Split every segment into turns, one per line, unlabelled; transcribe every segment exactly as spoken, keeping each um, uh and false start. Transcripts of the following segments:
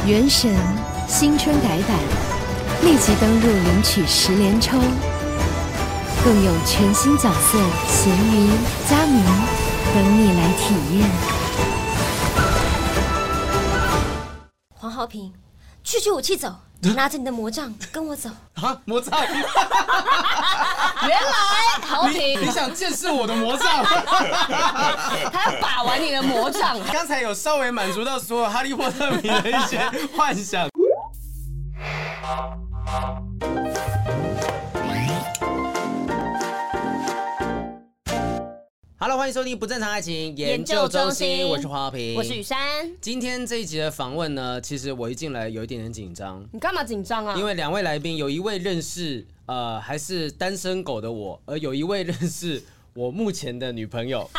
原神新春改版，立即登入领取十连抽，更有全新角色咸鱼、佳明等你来体验。
黄豪平，去去武器走，拿着你的魔杖跟我走。
啊，魔杖！
原来豪平，
你想见识我的魔杖？
他要把玩你的魔杖。
刚才有稍微满足到所有哈利波特迷的一些幻想。Hello， 欢迎收听不正常爱情研究中心，我是黄豪平，
我是雨珊。
今天这一集的访问呢，其实我一进来有一点点紧张。
你干嘛紧张啊？
因为两位来宾有一位认识呃还是单身狗的我，而有一位认识我目前的女朋友。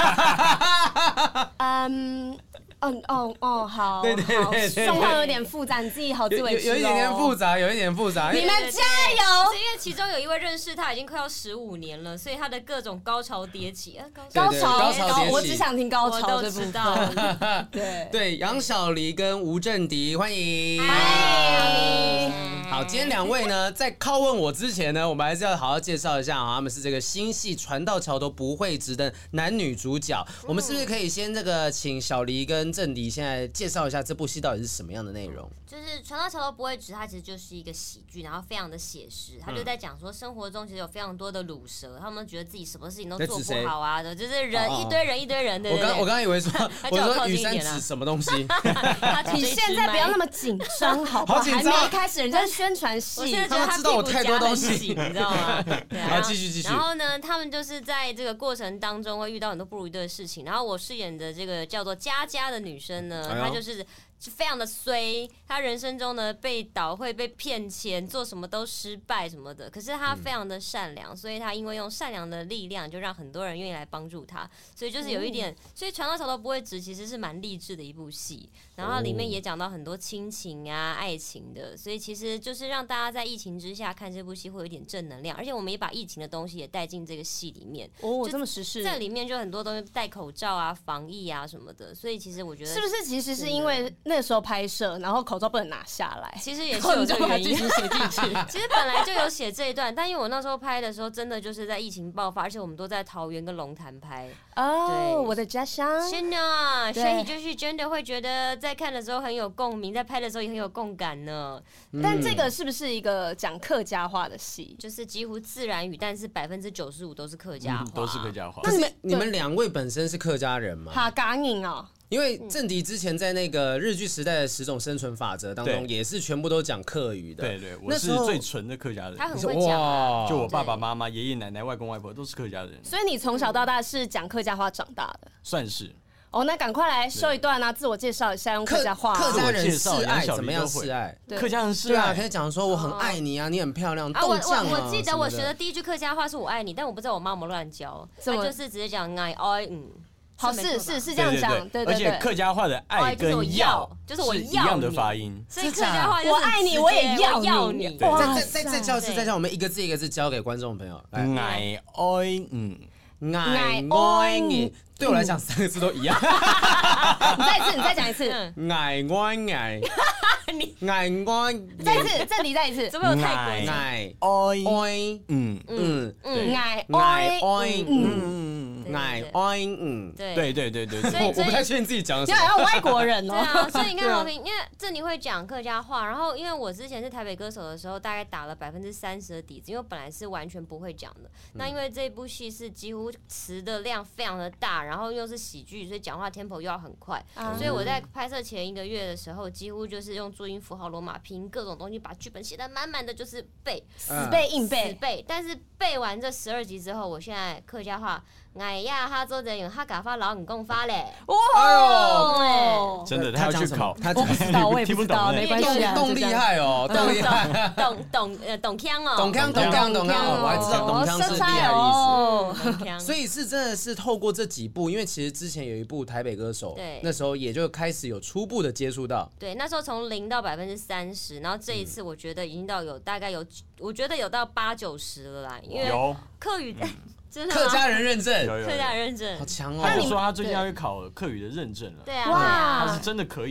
嗯。嗯哦哦好，
对对对对，
状况有点复杂，你自己好自为之
有有一点点复杂，有一点复杂。
你们加油！
因为其中有一位认识他已经快要十五年了，所以他的各种高潮迭起，呃、
高潮
高潮迭起，
我只想听高潮这部分。
对对，杨小黎跟吴正迪，欢迎。
嗨，
好，今天两位呢，在拷问我之前呢，我们还是要好好介绍一下啊，他们是这个新戏《船到桥头不会直》的男女主角。嗯、我们是不是可以先这个请小黎跟正迪现在介绍一下这部戏到底是什么样的内容？
就是《船到桥头不会直》，它其实就是一个喜剧，然后非常的写实。他就在讲说，生活中其实有非常多的鲁蛇，他们觉得自己什么事情都做不好啊的，就是人一堆人一堆人的。
我刚我刚刚以为说，我说雨珊指什么东西？
你现在不要那么紧张，好不好？
好紧张，
还没开始，人家宣传戏，
他
们知道我太多东西，
你知道吗？
好，继续继续。
然后呢，他们就是在这个过程当中会遇到很多不如意的事情。然后我饰演的这个叫做佳佳的女生呢，她就是非常的衰，她人生中呢被倒会被骗钱，做什么都失败什么的。可是她非常的善良，所以她因为用善良的力量，就让很多人愿意来帮助她。所以就是有一点，所以《船到桥头不会直》其实是蛮励志的一部戏。然后里面也讲到很多亲情啊、爱情的，所以其实就是让大家在疫情之下看这部戏会有一点正能量。而且我们也把疫情的东西也带进这个戏里面。
哦，这么时事，
在里面就很多东西，戴口罩啊、防疫啊什么的。所以其实我觉得，
是不是其实是因为那时候拍摄，然后口罩不能拿下来，
其实也是有这个原因
写进去。
其实本来就有写这一段，但因为我那时候拍的时候，真的就是在疫情爆发，而且我们都在桃园跟龙潭拍。
哦，我的家乡。
真的啊，所以就是真的会觉得在看的时候很有共鸣，在拍的时候也很有共感呢。
嗯、但这个是不是一个讲客家话的戏？
就是几乎自然语，但是百分之九十五都是客家话、嗯，
都是客家话。
那你们你们两位本身是客家人吗？
哈嘎宁啊。
因为正迪之前在那个日据时代的十种生存法则当中，也是全部都讲客语的。
对对，我是最纯的客家人。
他很会讲、啊，
就我爸爸妈妈、爷爷奶奶、外公外婆都是客家人。
所以你从小到大是讲客家话长大的？
算是。
哦，那赶快来秀一段啊，自我介绍一下，用客家话、啊。
客家人示爱怎么样示爱？
客家人示爱，
对啊，可以讲说我很爱你啊，你很漂亮，豆酱啊。
我我记得我学的第一句客家话是我爱你，但我不知道我妈有没有乱教，她就是直接讲爱爱嗯。
好，是是是这样讲，对对对。
而且客家话的爱跟要
就是我要
一样的发音，
所以客家话
我爱你，我也要你。
再再再教一次，再教我们一个字一个字教给观众朋友。
爱爱嗯，
爱爱你，对我来讲三个字都一样。
你再一次，你再讲一次。
爱爱爱。爱爱，
再一次，这里再一次，
怎么有泰国？
爱
爱，嗯
嗯
嗯，爱
爱爱，嗯，爱爱，嗯，
对
对对对对，
我我不太确定自己讲的什么，
要要外国人哦。
对啊，所以你看豪平，因为这你会讲客家话，然后因为我之前是台北歌手的时候，大概打了百分之三十的底子，因为本来是完全不会讲的。那因为这部戏是几乎词的量非常的大，然后又是喜剧，所以讲话 tempo 又要很快，所以我在拍摄前一个月的时候，几乎就是用注音符号、罗马拼音各种东西，把剧本写得满满的，就是背，
死背硬背，
死背。但是背完这十二集之后，我现在客家话，哎呀，哈做人用哈嘎发老很共发嘞，
哇，
真的，他要去考，
他我不知道，我也不知道，没关系，
动厉害哦，动厉害，
懂懂呃懂腔哦，
懂腔懂腔懂腔，我还知道懂腔是厉害的意思，所以是真的是透过这几部，因为其实之前有一部台北歌手，对，那时候也就开始有初步的接触到，
对，那时候从零到百分之三十，然后这一次我觉得已经到有大概有，我觉得有到八九十了啦，因为客语。
客家人认证，
客家人认证，
好强哦！
他就说他最近要去考客语的认证了。
对啊，
他是真的可以。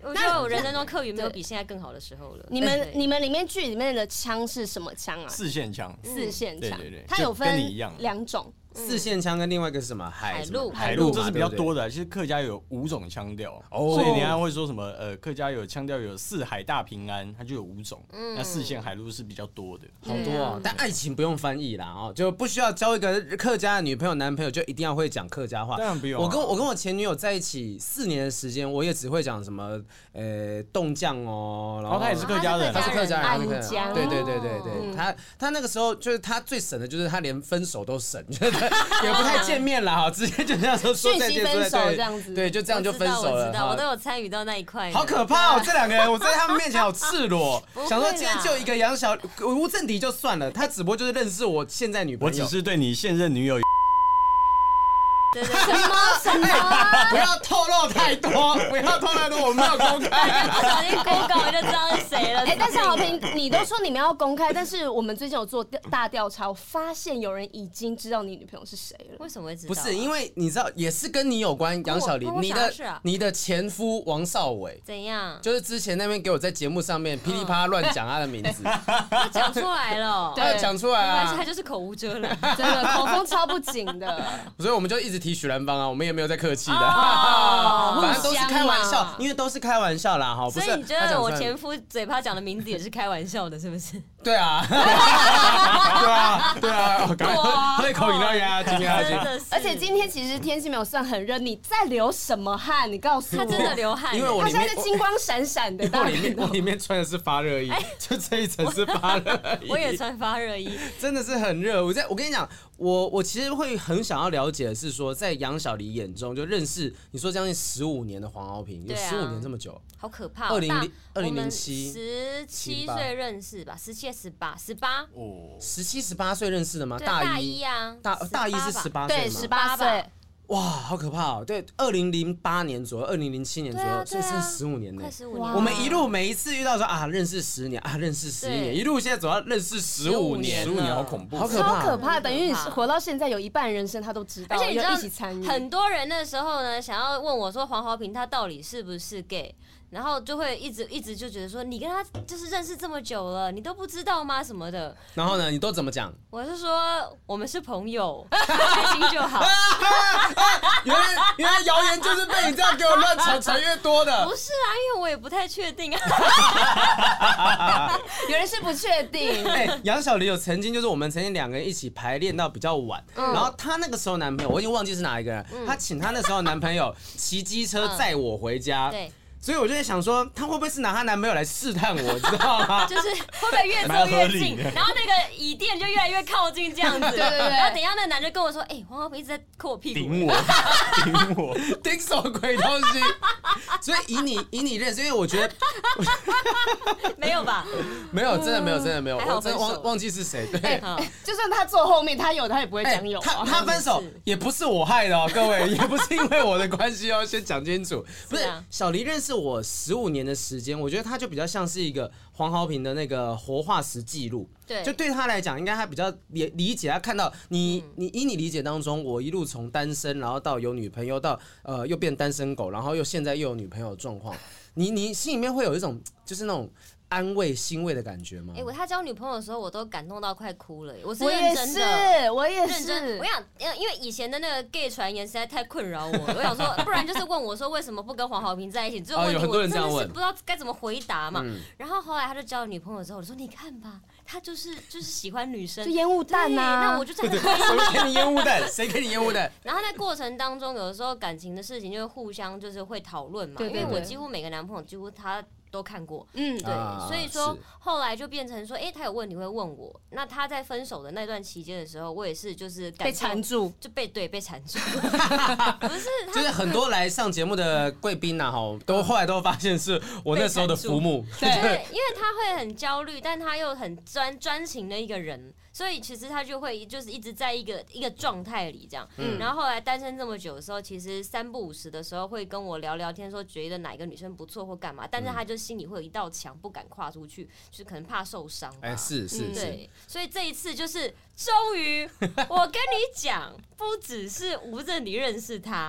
我觉得我人生中课语没有比现在更好的时候了。
你们你们里面剧里面的枪是什么枪啊？
四线枪，
四线枪，
对对对，
它有分
跟你一样
两种。
四线枪跟另外一个是什么？海
陆
海陆这是比较多的。其实客家有五种腔调，所以人家会说什么呃，客家有腔调有四海大平安，它就有五种。那四线海陆是比较多的，
好多哦。但爱情不用翻译啦，哦，就不需要交一个客家的女朋友男朋友就一定要会讲客家话。
当然不用。
我跟我跟我前女友在一起四年的时间，我也只会讲什么呃冻酱哦，然后
他也是客家人，
他是客家人，
安
江。对对对对对，他他那个时候就是他最省的就是他连分手都省，也不太。见面了哈，直接就这样说说再见，
分手这样子，
对，就这样就分手了。
我知道，我都有参与到那一块。
好可怕哦！这两个人，我在他们面前好赤裸，想说今天就一个杨小吴正迪就算了，他只不过就是认识我现在女朋友，
我只是对你现任女友。
对对，什么什么？
不要透露太多，不要透露太多，我没有公开。
不小心公告我就知道是谁了。
哎，但是好评，你都说你们要公开，但是我们最近有做大调查，我发现有人已经知道你女朋友是谁了。
为什么会知道？
不是，因为你知道，也是跟你有关。杨小黎，你的你的前夫王少伟
怎样？
就是之前那边给我在节目上面噼里啪啦乱讲他的名字，
他讲出来了，
对，讲出来啊，
他就是口无遮拦，
真的口风超不紧的。
所以我们就一直提许兰芳啊，我们也没有在客气的，
哦、
反正都是开玩笑，因为都是开玩笑啦，哈。
所以你觉得我前夫嘴巴讲的名字也是开玩笑的，是不是？
对啊，对啊，对啊，赶快喝一口饮料压压惊，压压惊。
而且今天其实天气没有算很热，你在流什么汗？你告诉我。
他真的流汗，
因为我
他现在是金光闪闪的。
我里面我里面穿的是发热衣，就这一层是发热衣。
我也穿发热衣，
真的是很热。我在我跟你讲，我我其实会很想要了解的是说，在杨小黎眼中，就认识你说将近十五年的黄豪平，有十五年这么久，
好可怕。
二零零二零零七，
十七岁认识吧，十七十八十八
哦，十七十八岁认识的吗？
大一
啊，大大一是十八岁吗？
对，十八岁。
哇，好可怕哦！对，二零零八年左右，二零零七年左右，所以是十五年呢。
快十五年。
我们一路每一次遇到说啊，认识十年啊，认识十一年，一路现在走到认识十五年，
十五年好恐怖，
好可怕，
超可怕。等于你活到现在有一半人生他都知道，
而且你知道
一起参与。
很多人那时候呢，想要问我说黄豪平他到底是不是 gay。然后就会一直一直就觉得说，你跟他就是认识这么久了，你都不知道吗？什么的。
然后呢，你都怎么讲？
我是说，我们是朋友，开心就好。
原来原来谣言就是被你这样给我乱传传越多的。
不是啊，因为我也不太确定啊。
有人是不确定。
哎、欸，杨小黎有曾经就是我们曾经两个人一起排练到比较晚，嗯、然后她那个时候男朋友我已经忘记是哪一个人，她、嗯、请她那时候男朋友骑机车载我回家。嗯、对。所以我就在想说，她会不会是拿她男朋友来试探我，知道吗？
就是会不会越坐越近，然后那个椅垫就越来越靠近这样子。对对对。然后等一下那个男的跟我说：“哎、欸，黄豪平一直在扣我屁股。”
顶我，顶我，
顶什么鬼东西？所以以你以你认识，因为我觉得
没有吧？
没有，真的没有，真的没有，
我
真的忘忘记是谁。对，
就算他坐后面，他有他也不会讲有、啊
欸。他他分手也不是我害的哦，各位，也不是因为我的关系哦，先讲清楚。不是小黎认识我十五年的时间，我觉得他就比较像是一个黄豪平的那个活化石记录。
对，
就对他来讲，应该他比较理理解，他看到你，你以你理解当中，我一路从单身，然后到有女朋友，到呃又变单身狗，然后又现在又有女朋友的状况，你你心里面会有一种就是那种安慰、欣慰的感觉吗？
哎、欸，我他交女朋友的时候，我都感动到快哭了。我是认真的，
我也是，
认真。我想，因为以前的那个 gay 传言实在太困扰我，我想说，不然就是问我说为什么不跟黄豪平在一起？这种问题我真的是不知道该怎么回答嘛。嗯、然后后来他就交了女朋友之后，我说你看吧，他就是就是喜欢女生，
就烟雾弹呐、啊。
那我就在那
谁给你烟雾弹？谁给你烟雾弹？
然后在过程当中，有的时候感情的事情就会互相就是会讨论嘛。对对对，因为我几乎每个男朋友几乎他都看过，嗯，对，啊、所以说后来就变成说，哎、欸，他有问题会问我。那他在分手的那段期间的时候，我也是就是
被缠住，
就被对被缠住，不是，
就是很多来上节目的贵宾呐，哈，都后来都发现是我那时候的父母，
对，因为他会很焦虑，但他又很专专情的一个人。所以其实他就会就是一直在一个一个状态里这样，嗯、然后后来单身这么久的时候，其实三不五时的时候会跟我聊聊天，说觉得哪一个女生不错或干嘛，但是他就心里会有一道墙不敢跨出去，就是可能怕受伤。哎、
欸，是是、嗯、
对，所以这一次就是终于，我跟你讲，不只是吴正迪认识他。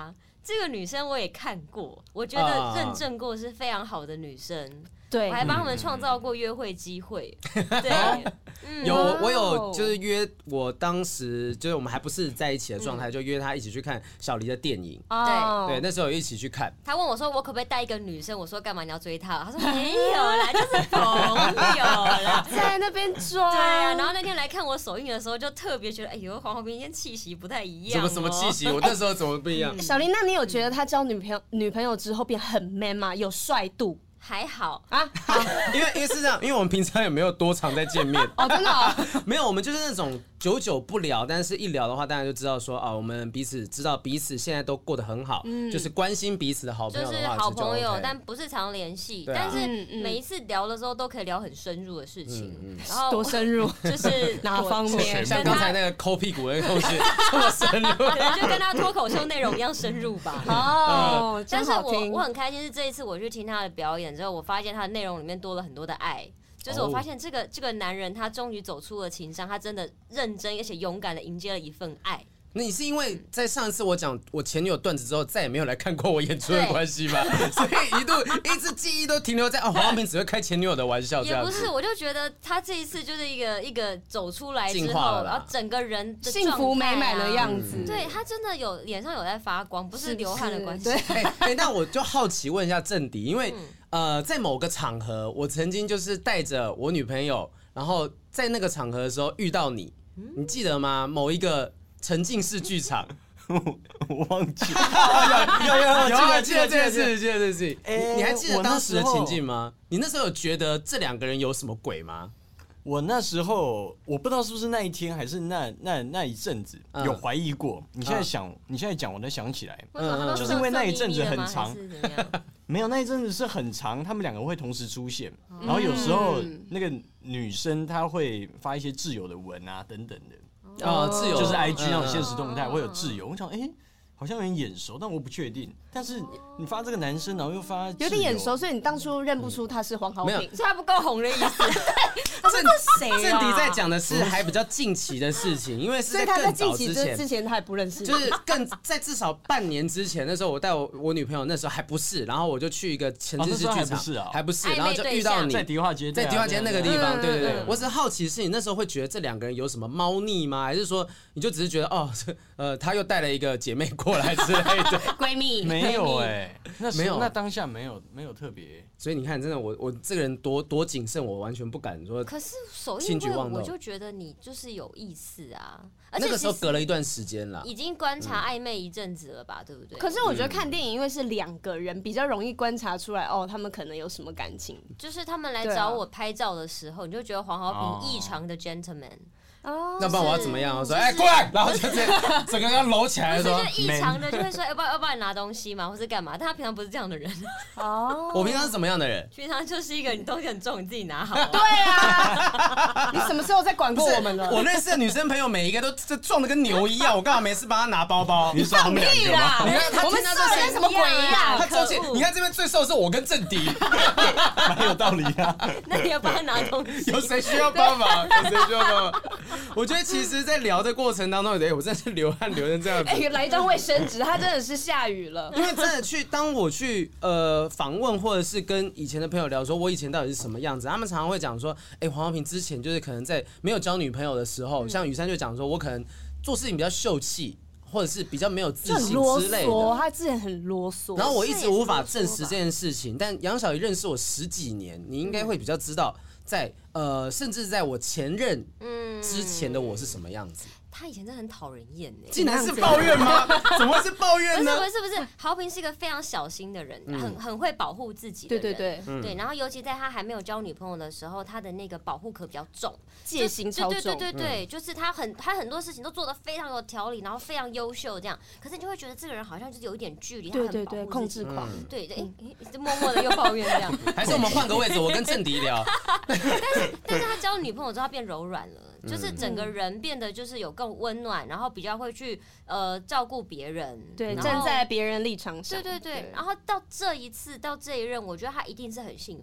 这个女生我也看过，我觉得认证过是非常好的女生。
对，
我还帮他们创造过约会机会。对，
嗯、有我有就是约我当时就是我们还不是在一起的状态，嗯、就约他一起去看小黎的电影。
对
对，那时候有一起去看。
他问我说：“我可不可以带一个女生？”我说：“干嘛你要追她？”他说：“没有啦，就是朋友啦，
在那边装。”
对啊，然后那天来看我首映的时候，就特别觉得，哎呦，黄豪平今天气息不太一样、
哦。什么什么气息？我那时候怎么不一样？
小黎，那你有觉得他交女朋友女朋友之后变很 man 吗？有帅度？
还好
啊，
因为因为是这样，因为我们平常也没有多常在见面
哦，真的、哦、
没有，我们就是那种久久不聊，但是一聊的话，大家就知道说啊，我们彼此知道彼此现在都过得很好，嗯、就是关心彼此的好朋友的话，
就是好朋友，
OK、
但不是常联系，
啊、
但是每一次聊的时候都可以聊很深入的事情，嗯嗯、
然后多深入，
就是
哪方面？
像刚才那个抠屁股的同学这么深入，
可能就跟他脱口秀内容一样深入吧。
哦，
嗯、但是我我很开心，是这一次我去听他的表演之后，我发现他的内容里面多了很多的爱。就是我发现这个、oh. 这个男人，他终于走出了情伤，他真的认真而且勇敢的迎接了一份爱。
那你是因为在上一次我讲我前女友段子之后，再也没有来看过我演出的关系吗？所以一度一直记忆都停留在哦，黄豪平只会开前女友的玩笑这样子。
也不是，我就觉得他这一次就是一个一个走出来之后，然后整个人的、啊、
幸福美满的样子。
嗯、对他真的有脸上有在发光，不是流汗的关系。
对，哎，那我就好奇问一下郑迪，因为。嗯呃，在某个场合，我曾经就是带着我女朋友，然后在那个场合的时候遇到你，嗯、你记得吗？某一个沉浸式剧场，
我忘记了，
有有有有有，记得这件事，记得这件事。你还记得当时的情境吗？你那时候有觉得这两个人有什么鬼吗？
我那时候我不知道是不是那一天还是那那那一阵子有怀疑过。嗯、你现在想，嗯、你现在讲，我才想起来，
嗯、
就是因为那一阵子很长。没有，那一阵子是很长，他们两个会同时出现，嗯、然后有时候那个女生她会发一些挚友的文啊等等的，
哦，挚友
就是 I G 那种现实动态会有挚友，我想哎。欸好像有点眼熟，但我不确定。但是你发这个男生，然后又发
有点眼熟，所以你当初认不出他是黄豪平，
是他不够红的意思。
他是谁啊？
郑迪在讲的是还比较近期的事情，因为是在更早之前，
之前他还不认识，
就是更在至少半年之前，那时候我带我我女朋友，那时候还不是，然后我就去一个沉浸式剧场，还不是，然后就遇到你
在迪化街，
在迪化街那个地方，对对对。我只是好奇是你那时候会觉得这两个人有什么猫腻吗？还是说你就只是觉得哦，呃，他又带了一个姐妹过来之类的？
闺蜜
没有哎、欸，那没有，那当下没有没有特别，
所以你看，真的我我这个人多多谨慎，我完全不敢说。
可是首映会我就觉得你就是有意思啊，而且
那个时候隔了一段时间啦，
已经观察暧昧一阵子了吧，嗯、对不对？
可是我觉得看电影，因为是两个人，比较容易观察出来哦，他们可能有什么感情。
就是他们来找我拍照的时候，啊、你就觉得黄豪平异常的 gentleman。
哦，
那不然我要怎么样？我说哎，过来，然后就这样整个要搂起来，
说异常的就会说，要不要要不然拿东西嘛，或是干嘛？但他平常不是这样的人。
哦，
我平常是怎么样的人？
平常就是一个你东西很重，你自己拿好。
对啊，你什么时候在管过我们了？
我认识的女生朋友每一个都壮的跟牛一样，我干嘛没事帮她拿包包？
你说他们两个吗？
你看他
我们瘦跟什么鬼一样？
他周杰，你看这边最瘦的是我跟郑迪，
蛮有道理啊。
那你要帮他拿东西？
有谁需要帮忙？有谁需要帮忙？我觉得其实。在聊的过程当中，哎，我真的是流汗流成这样子。
哎，来一张卫生纸，它真的是下雨了。
因为真的去，当我去呃访问，或者是跟以前的朋友聊，说我以前到底是什么样子，他们常常会讲说，哎，黄豪平之前就是可能在没有交女朋友的时候，嗯、像雨珊就讲说，我可能做事情比较秀气。或者是比较没有自信之类的，
他之前很啰嗦。
然后我一直无法证实这件事情，但杨小怡认识我十几年，你应该会比较知道在，在呃，甚至在我前任之前的我是什么样子。
他以前真的很讨人厌哎，
竟然是抱怨吗？怎么会是抱怨呢？
不是不是不是，豪平是一个非常小心的人，嗯、很很会保护自己的人。
对对对、
嗯、对，然后尤其在他还没有交女朋友的时候，他的那个保护壳比较重，
戒心超重。
对对对对对，嗯、就是他很他很多事情都做得非常有条理，然后非常优秀这样。可是你就会觉得这个人好像就是有一点距离，他很保护自己，
对对对，控制狂。
嗯、对对，哎、欸，默默的又抱怨这样。
还是我们换个位置，我跟郑迪聊。
但是但是他交女朋友之后，他变柔软了。就是整个人变得就是有更温暖，然后比较会去呃照顾别人，
对，站在别人立场上，
对对对。然后到这一次到这一任，我觉得他一定是很幸福，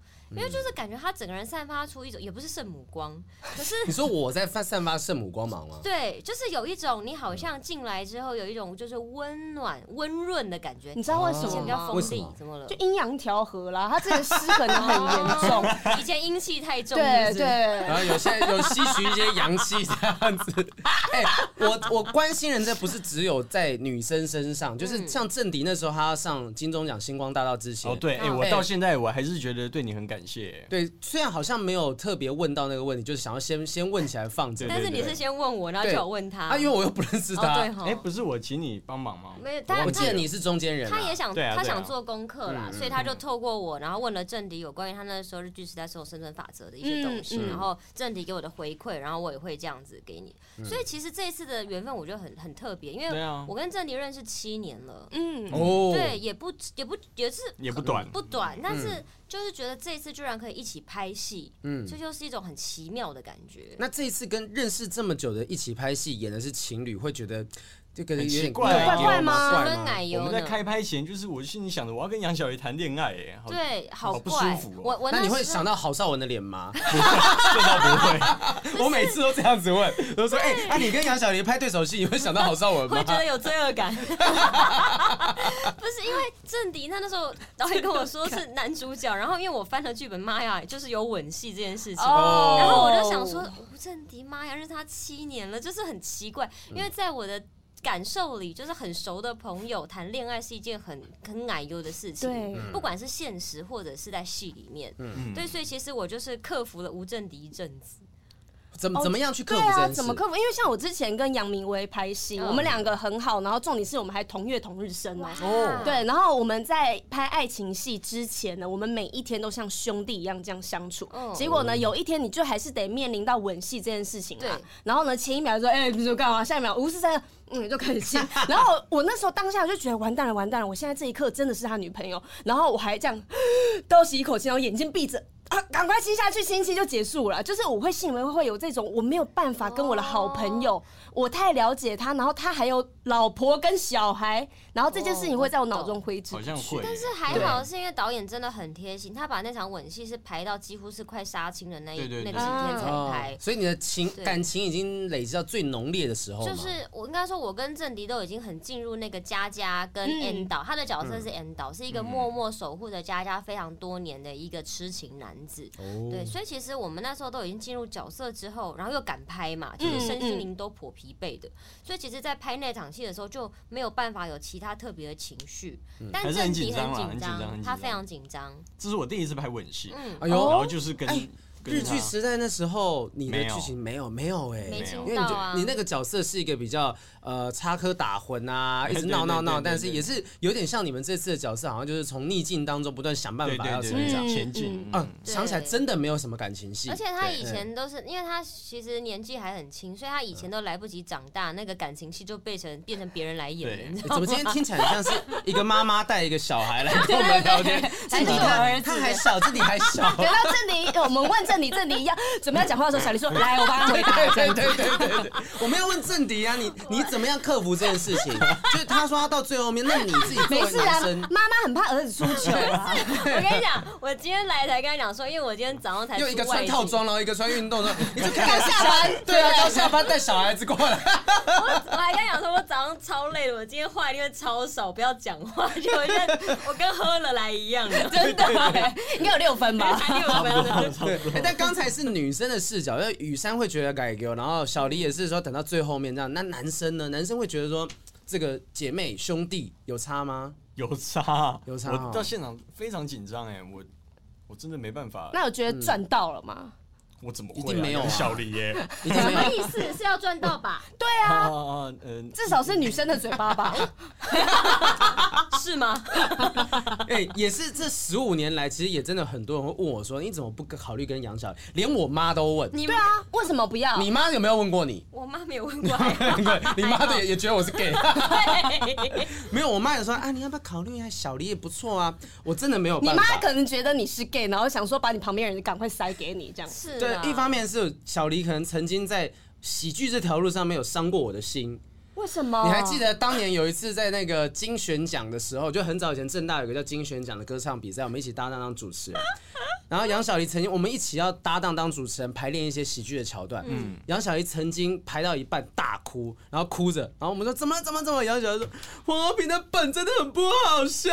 因为就是感觉他整个人散发出一种也不是圣母光，可是
你说我在散发圣母光芒吗？
对，就是有一种你好像进来之后有一种就是温暖温润的感觉。
你知道为什么吗？
以前比较锋利，怎么了？
就阴阳调和啦，他之前失衡的很严重，
以前阴气太重，
对对。
然后有些有吸取一些阳气这样子。哎、欸，我我关心人这不是只有在女生身上，就是像郑迪那时候他要上金钟奖星光大道之前，
哦对，哎、欸，我到现在我还是觉得对你很感谢。
对，虽然好像没有特别问到那个问题，就是想要先先问起来放着。
但是你是先问我，然后就有问他。
啊，因为我又不认识他。
哦、对，
哎、欸，不是我请你帮忙吗？
没有，
我记得你是中间人。
他也想，
啊、
他想做功课啦，
嗯、
所以他就透过我，然后问了郑迪有关于他那时候日剧时代是有生存法则的一些东西，嗯嗯、然后郑迪给我的回馈，然后我也会这样子给你。嗯、所以其实这一次的缘分我觉得很很特别，因为我跟郑迪认识七年了，嗯，
哦，
对，也不也不也是
也不短
不短，但是就是觉得这一次居然可以一起拍戏，嗯，这就是一种很奇妙的感觉。
那这一次跟认识这么久的一起拍戏，演的是情侣，会觉得这个有点
怪
怪怪吗？
我们在开拍前，就是我心里想着我要跟杨小鱼谈恋爱，哎，
对，好
不舒服哦。
我我
那你会想到郝邵文的脸吗？
这倒不会，
我每次都这样子问，都说哎，那你跟杨小鱼拍对手戏，你会想到郝邵文吗？
会觉得有罪恶感。不是因为郑迪他那时候导演跟我说是男主角，然后因为我翻了剧本，妈呀，就是有吻戏这件事情，
哦、
然后我就想说，吴郑迪，妈呀，认识他七年了，就是很奇怪，因为在我的感受里，就是很熟的朋友谈恋爱是一件很很奶油的事情，
对，
不管是现实或者是在戏里面，嗯，对，所以其实我就是克服了吴郑迪一阵子。
怎么怎么样去克服
这件事？
对
啊，怎么克服？因为像我之前跟杨明威拍戏，嗯、我们两个很好，然后重点是我们还同月同日生哦。对，然后我们在拍爱情戏之前呢，我们每一天都像兄弟一样这样相处。哦、结果呢，有一天你就还是得面临到吻戏这件事情啊。然后呢，前一秒就说：“哎、欸，你说干嘛？”下一秒无事三。嗯，就开始亲，然后我那时候当下就觉得完蛋了，完蛋了！我现在这一刻真的是他女朋友，然后我还这样倒吸一口气，然后眼睛闭着，啊，赶快亲下去，亲亲就结束了。就是我会心里面会有这种我没有办法跟我的好朋友，我太了解他，然后他还有老婆跟小孩，然后这件事情会在我脑中挥之不去。
好像会，
但是还好是因为导演真的很贴心，他把那场吻戏是排到几乎是快杀青的那一那几天才拍，
所以你的情感情已经累积到最浓烈的时候。
就是我应该说。我跟郑迪都已经很进入那个佳佳跟 N 导，他的角色是 N 导，是一个默默守护着佳佳非常多年的一个痴情男子。对，所以其实我们那时候都已经进入角色之后，然后又赶拍嘛，就是身心灵都颇疲惫的。所以其实，在拍那场戏的时候就没有办法有其他特别的情绪。但郑迪很紧张，他非常紧张。
这是我第一次拍吻戏，
哎呦，
然后就是跟。
日剧时代那时候，你的剧情没有没有哎，
没
因为你就你那个角色是一个比较呃插科打诨啊，一直闹闹闹，但是也是有点像你们这次的角色，好像就是从逆境当中不断想办法要成长
前进。
嗯，想起来真的没有什么感情戏。
而且他以前都是，因为他其实年纪还很轻，所以他以前都来不及长大，那个感情戏就变成变成别人来演了。
怎么今天听起来像是一个妈妈带一个小孩来跟我们聊天？郑迪他他还小，郑迪还小。
等到郑迪，我们问郑迪，郑迪一样。准备要讲话的时候，小黎说：“来，我帮他回答。”
对对对对对对，我们要问郑迪啊，你你怎么样克服这件事情？就是他说他到最后面，那你自己
没事啊，妈妈很怕儿子出糗啊。
我跟你讲，我今天来才跟他讲说，因为我今天早上才
又一个穿套装，然后一个穿运动的，你就
刚下班，
对啊，刚下班带小孩子过来。
我我还跟他讲说，我早上超累的，我今天话一定会超少，不要讲话，就我跟我跟喝了来一样的，
真的，应该有六分吧？
六分，
对。但刚才是女生的视角，因为雨珊会觉得改革，然后小黎也是说等到最后面这样。那男生呢？男生会觉得说这个姐妹兄弟有差吗？
有差，
有差。
我到现场非常紧张哎，我我真的没办法。
那有觉得赚到了吗？
我怎么会、啊、
一定没有、啊、
小黎耶？
什么意思？是要赚到吧？
对啊，
啊嗯、
至少是女生的嘴巴吧？
是吗？
哎、欸，也是这十五年来，其实也真的很多人会问我说，你怎么不考虑跟杨小黎？连我妈都问。
你对啊，为什么不要？
你妈有没有问过你？
我妈没有问过。
你妈的 也, 也觉得我是 gay。没有，我妈有说啊，你要不要考虑一下小黎也不错啊？我真的没有办法。
你妈可能觉得你是 gay， 然后想说把你旁边人赶快塞给你这样。
是。
对，一方面是小黎可能曾经在喜剧这条路上面有伤过我的心。
为什么？
你还记得当年有一次在那个金选奖的时候，就很早以前政大有个叫金选奖的歌唱比赛，我们一起搭档当主持人。然后杨小黎曾经，我们一起要搭档当主持人，排练一些喜剧的桥段。嗯，杨小黎曾经排到一半大哭，然后哭着，然后我们说怎么了怎么怎么？杨小黎说黄豪平的本真的很不好笑。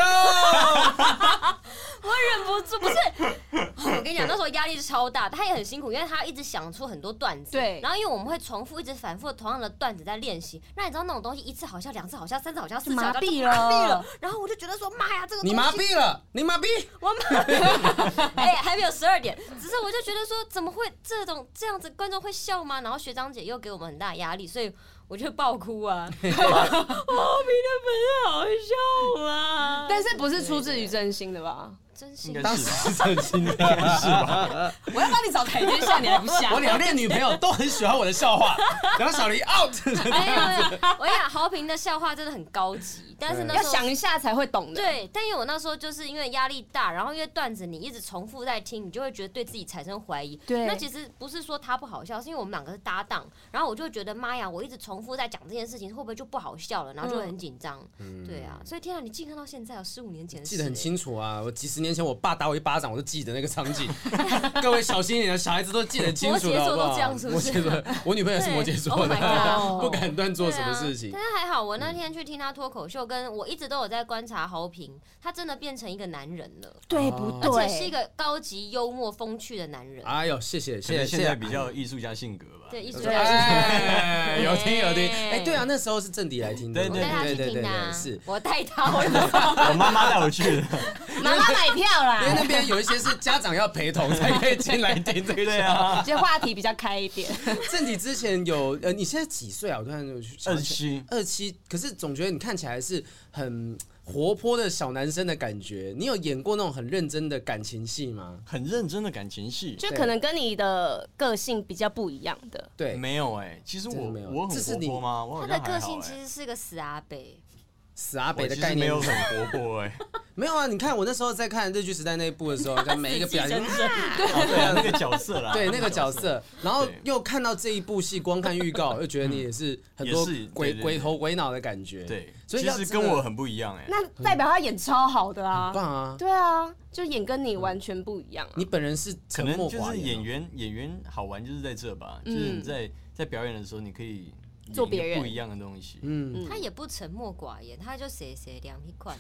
我忍不住，不是，我跟你讲，那时候压力超大，他也很辛苦，因为他一直想出很多段子。
对，
然后因为我们会重复，一直反复同样的段子在练习。那你知道那种东西，一次好笑，两次好笑，三次好笑，四次好笑，
麻痹了，
麻痹了。然后我就觉得说，妈呀，这个东西
你麻痹了，你麻痹，
我麻痹。哎，还没有十二点，只是我就觉得说，怎么会这种这样子，观众会笑吗？然后学长姐又给我们很大的压力，所以我就爆哭啊！我比的本好笑啊，
但是不是出自于真心的吧？
真心，
当时是真心的，
应该是吧？
我要帮你找台阶下，你还不下？
我两任女朋友都很喜欢我的笑话，杨小黎 out。
没有没有，我讲豪平的笑话真的很高级，但是那
要想一下才会懂的。
对，但因为我那时候就是因为压力大，然后因为段子你一直重复在听，你就会觉得对自己产生怀疑。
对，
那其实不是说他不好笑，是因为我们两个是搭档，然后我就觉得妈呀，我一直重复在讲这件事情，会不会就不好笑了？然后就会很紧张。嗯、对啊，所以天啊，你记看到现在有十五年前的事，
记得很清楚啊！我几十年前我爸打我一巴掌，我都记得那个场景。各位小心一点的小孩子都记得很清楚的，好不好？
摩羯座都这样是不是？
摩羯座，我女朋友是摩羯座的，
oh、
不敢乱做什么事情。
啊、但是还好，我那天去听他脱口秀，跟我一直都有在观察豪平，他真的变成一个男人了，
对不对？
而且是一个高级、幽默、风趣的男人。
哎呦，谢谢谢谢，
现在比较艺术家性格吧？
对，艺术家
哎，有听有听。哎，对啊，那时候是郑迪来听的，
对对对对对对，是我带他，
我妈妈带我去的，
妈妈买票啦。
因为那边有一些是家长要陪同才可以进来听这个，
对啊，
这话题比较开一点。
郑迪之前有呃，你现在几岁啊？我突然就
二七，
二七，可是总觉得你看起来是很活泼的小男生的感觉。你有演过那种很认真的感情戏吗？
很认真的感情戏，
就可能跟你的个性比较不一样的。
对，
没有哎、欸，其实我我很活泼吗？我
他的个性其实是个死阿伯。
死阿北的概念
没有很活泼哎，
没有啊！你看我那时候在看《日剧时代》那一部的时候，在每一个表演，
对啊，那个角色啦，
对那个角色，然后又看到这一部戏，光看预告又觉得你也是很多鬼鬼头鬼脑的感觉，
对，所以其实跟我很不一样哎。
那代表他演超好的啊，
很棒啊！
对啊，就演跟你完全不一样。
你本人是
可能就是演员，演员好玩就是在这吧，就是你在在表演的时候，你可以。
做别人
不一样的东西，
嗯，他也不沉默寡言，他就谁谁两一款。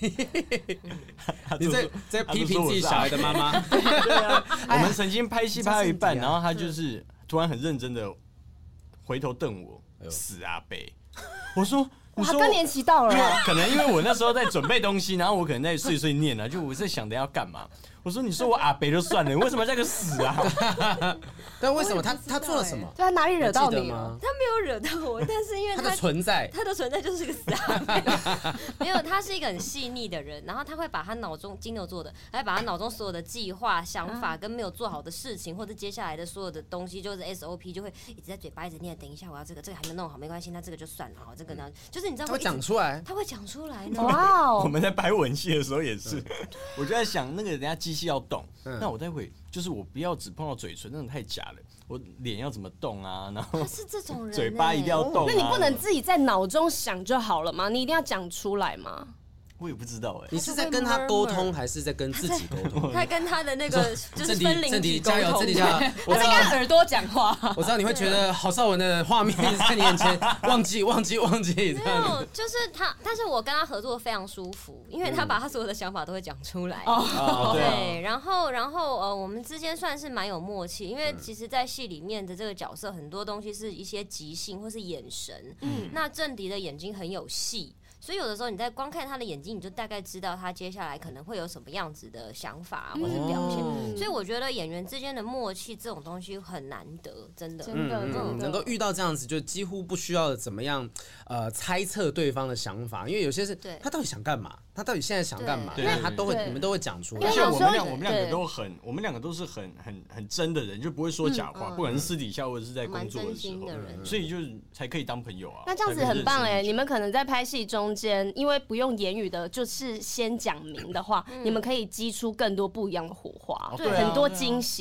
你在在批评自己小孩的妈妈？
我们曾经拍戏拍到一半，然后他就是突然很认真的回头瞪我，死阿北！我说。
哇，更年期到了，
可能因为我那时候在准备东西，然后我可能在碎碎念啊，就我在想等下要干嘛。我说你说我阿北就算了，你为什么叫个死啊？
但为什么他他做了什么？
对他哪里惹到你
了？
他没有惹到我，但是因为
他的存在，
他的存在就是个死阿北。没有，他是一个很细腻的人，然后他会把他脑中金牛座的，他会把他脑中所有的计划、想法跟没有做好的事情，或者接下来的所有的东西，就是 S O P， 就会一直在嘴巴一直念。等一下我要这个，这个还没弄好，没关系，那这个就算了，好，这个呢，就是你知道
他会讲出来，
他会讲出来呢。
哇哦！
我们在拍吻戏的时候也是，我就在想，那个人家机器要动。那我待会就是我不要只碰到嘴唇，那种太假了。我脸要怎么动啊？然后
他是这种人，
嘴巴一定要动、啊。
那你不能自己在脑中想就好了吗？你一定要讲出来吗？
我也不知道哎、欸，
你是在跟他沟通，还是在跟自己沟通？
他跟他的那个就是分灵体沟通。
加油，郑迪加油！
我在跟他耳朵讲话。
我知道你会觉得郝邵文的画面在你眼前，忘记忘记忘记。
没有，就是他，但是我跟他合作非常舒服，因为他把他所有的想法都会讲出来。哦，对，然后然后呃，我们之间算是蛮有默契，因为其实，在戏里面的这个角色，很多东西是一些即兴或是眼神。嗯，那郑迪的眼睛很有戏。所以有的时候你在光看他的眼睛，你就大概知道他接下来可能会有什么样子的想法或者表现。嗯、所以我觉得演员之间的默契这种东西很难得，真的，
真的，
嗯、能够遇到这样子，就几乎不需要怎么样呃猜测对方的想法，因为有些是他到底想干嘛，他到底现在想干嘛，他都会你们都会讲出来。
而且我们两我们两个都很，我们两个都是很很很真的人，就不会说假话，嗯、不管是私底下或者是在工作的时候，的所以就才可以当朋友啊。
那这样子很棒哎、欸，你们可能在拍戏中间，因为不用言语的，就是先讲明的话，嗯、你们可以激出更多不一样的火花，
对，
很多惊喜。
对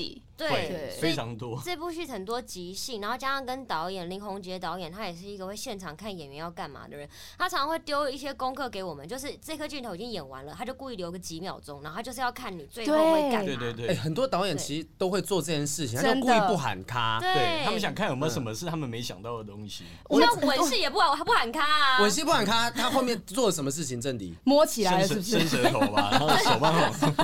对，
非常多。
这部戏很多即兴，然后加上跟导演林宏杰导演，他也是一个会现场看演员要干嘛的人，他常常会丢一些功课给我们，就是这颗镜头已经演完了，他就故意留个几秒钟，然后他就是要看你最后会干嘛。
对对对，
哎，很多导演其实都会做这件事情，他就故意不喊卡，
对
他们想看有没有什么是他们没想到的东西。
像吻戏也不喊不喊卡啊，
吻戏不喊卡，他后面做了什么事情？郑迪
摸起来是不是？
伸舌头吧，然后手帮我。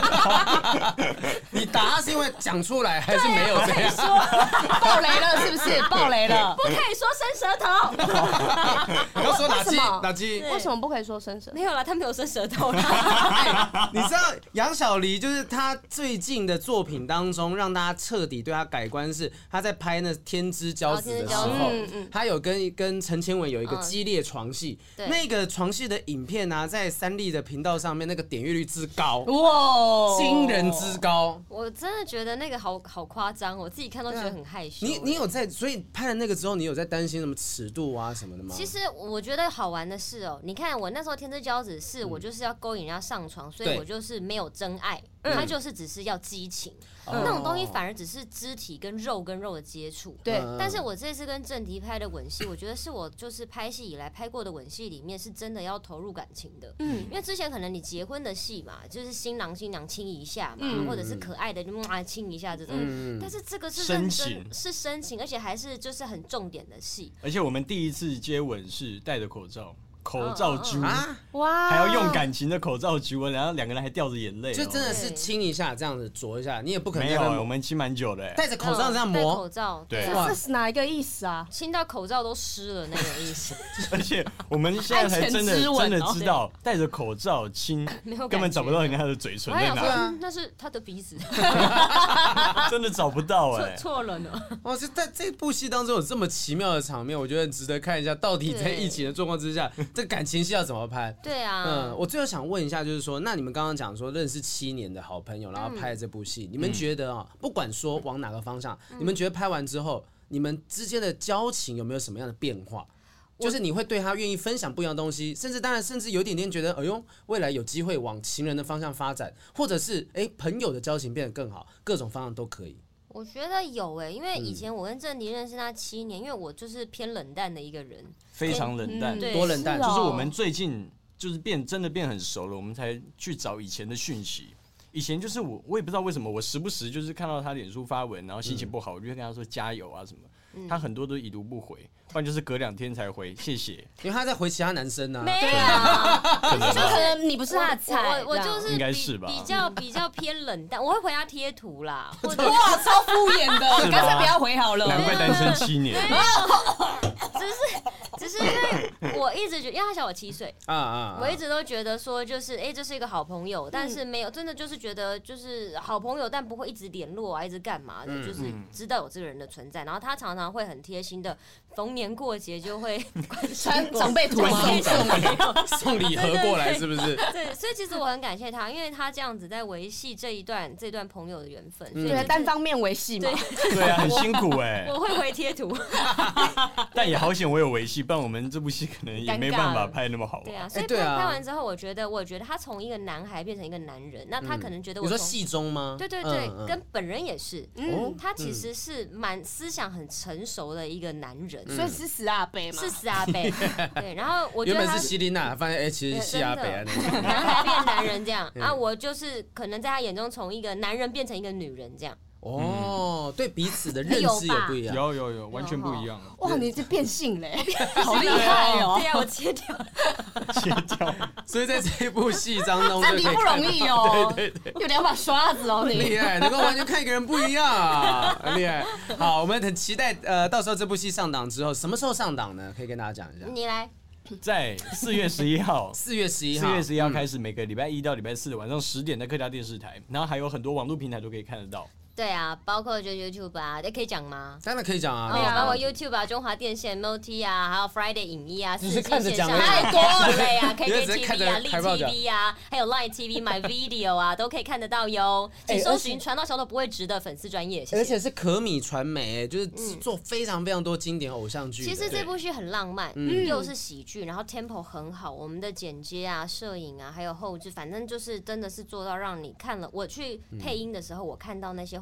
你打他是因为讲出来还是没有这样？
说爆雷了是不是？爆雷了，
不可以说伸舌头。
你要说哪鸡哪鸡？
为什么不可以说伸舌头？
没有啦，他没有伸舌头啦。
哎，你知道杨小黎就是他最近的作品当中，让大家彻底对他改观是他在拍那《天之骄子》的时候，他有跟跟陈千文有一个激烈床戏，那个床戏的影片啊，在三立的频道上面那个点阅率之高，哇，惊人之高。
我真的觉得那个好好夸张，我自己看都觉得很害羞。
你你有在，所以拍了那个之后，你有在担心什么尺度啊什么的吗？
其实我觉得好玩的是哦，你看我那时候《天之骄子》是我就是要勾引人家上床，所以我就是没有真爱，他就是只是要激情，那种东西反而只是肢体跟肉跟肉的接触。
对，
但是我这次跟郑迪拍的吻戏，我觉得是我就是拍戏以来拍过的吻戏里面是真的要投入感情的。嗯，因为之前可能你结婚的戏嘛，就是新郎新娘亲一下嘛，或者是可爱的就啊亲一下这种，但是这个是认真是深情，而且还是就是很重点的戏。
而且我们第一次接吻是戴着口罩。口罩揪啊，
哇，
还要用感情的口罩揪，然后两个人还掉着眼泪，
就真的是亲一下这样子啄一下，你也不可能
没有，我们亲蛮久的，
戴着口罩这样磨，
戴口罩，
对，
这是哪一个意思啊？
亲到口罩都湿了那个意思。
而且我们现在才真的真的知道，戴着口罩亲根本找不到人家的嘴唇在哪，
那是他的鼻子，
真的找不到哎，
错了呢。
哦，就在这部戏当中有这么奇妙的场面，我觉得值得看一下，到底在疫情的状况之下。这感情戏要怎么拍？
对啊，
嗯，我最后想问一下，就是说，那你们刚刚讲说认识七年的好朋友，然后拍这部戏，嗯、你们觉得啊、喔，不管说往哪个方向，嗯、你们觉得拍完之后，你们之间的交情有没有什么样的变化？就是你会对他愿意分享不一样的东西，甚至当然甚至有点点觉得，哎呦，未来有机会往情人的方向发展，或者是哎、欸、朋友的交情变得更好，各种方向都可以。
我觉得有哎、欸，因为以前我跟郑迪认识他七年，因为我就是偏冷淡的一个人，
非常冷淡，
嗯、
多冷淡，
就是我们最近就是变真的变很熟了，我们才去找以前的讯息。以前就是我，我也不知道为什么，我时不时就是看到他脸书发文，然后心情不好，我就会跟他说加油啊什么。嗯、他很多都已读不回，不然就是隔两天才回，谢谢。
因为他在回其他男生呢、啊。
没有，
可能
就可能你不是他的菜，
我我就是
应该是吧，
比较比较偏冷淡，我会回他贴图啦。
哇，超敷衍的，干脆不要回好了。
难怪单身七年。
只是只是因为我一直觉得，因为他小我七岁啊啊，我一直都觉得说，就是哎，这是一个好朋友，但是没有真的就是觉得就是好朋友，但不会一直联络啊，一直干嘛的，就是知道有这个人的存在，然后他常常会很贴心的，逢年过节就会
传长辈图送
送送礼盒过来，是不是？
对，所以其实我很感谢他，因为他这样子在维系这一段这段朋友的缘分，
对，单方面维系嘛，
对啊，很辛苦哎。
我会回贴图，
但也好险我有维系，不然我们这部戏可能也没办法拍那么好玩。
对啊，所以拍拍完之后，我觉得，我觉得他从一个男孩变成一个男人，那他可能觉得我
你说戏中吗？
对对对，跟本人也是，嗯，他其实是蛮思想很成熟的一个男人，
所以是死阿伯嘛，
是死阿伯。对，然后我觉得
原本是希琳娜，发现哎，其实是西阿伯啊，
男孩变男人这样啊，我就是可能在他眼中从一个男人变成一个女人这样。
哦，对彼此的认知有不一样，
有有有，完全不一样。
哇，你这变性嘞，好厉害哦！
对啊，我切掉，
切掉。
所以在这部戏当中，
那你不容易哦，
对对对，
有两把刷子哦，你
厉害，能够完全看一个人不一样啊，很厉害。好，我们很期待，呃，到时候这部戏上档之后，什么时候上档呢？可以跟大家讲一下。
你来。
在四月十一号，
四月十一号，
四月十一号开始，每个礼拜一到礼拜四的晚上十点，在客家电视台，然后还有很多网络平台都可以看得到。
对啊，包括就 YouTube 啊，也可以讲吗？
当然可以讲啊，
哦，包括 YouTube 啊、中华电信、M O T 啊，还有 Friday 影艺啊，
四星线上
太多了呀 ，K K T V 啊、力 T V 啊，还有 Line T V、My Video 啊，都可以看得到哟。请搜寻传到小头不会直的粉丝专业，
而且是可米传媒，就是做非常非常多经典偶像剧。
其实这部戏很浪漫，又是喜剧，然后 tempo 很好，我们的剪接啊、摄影啊，还有后制，反正就是真的是做到让你看了。我去配音的时候，我看到那些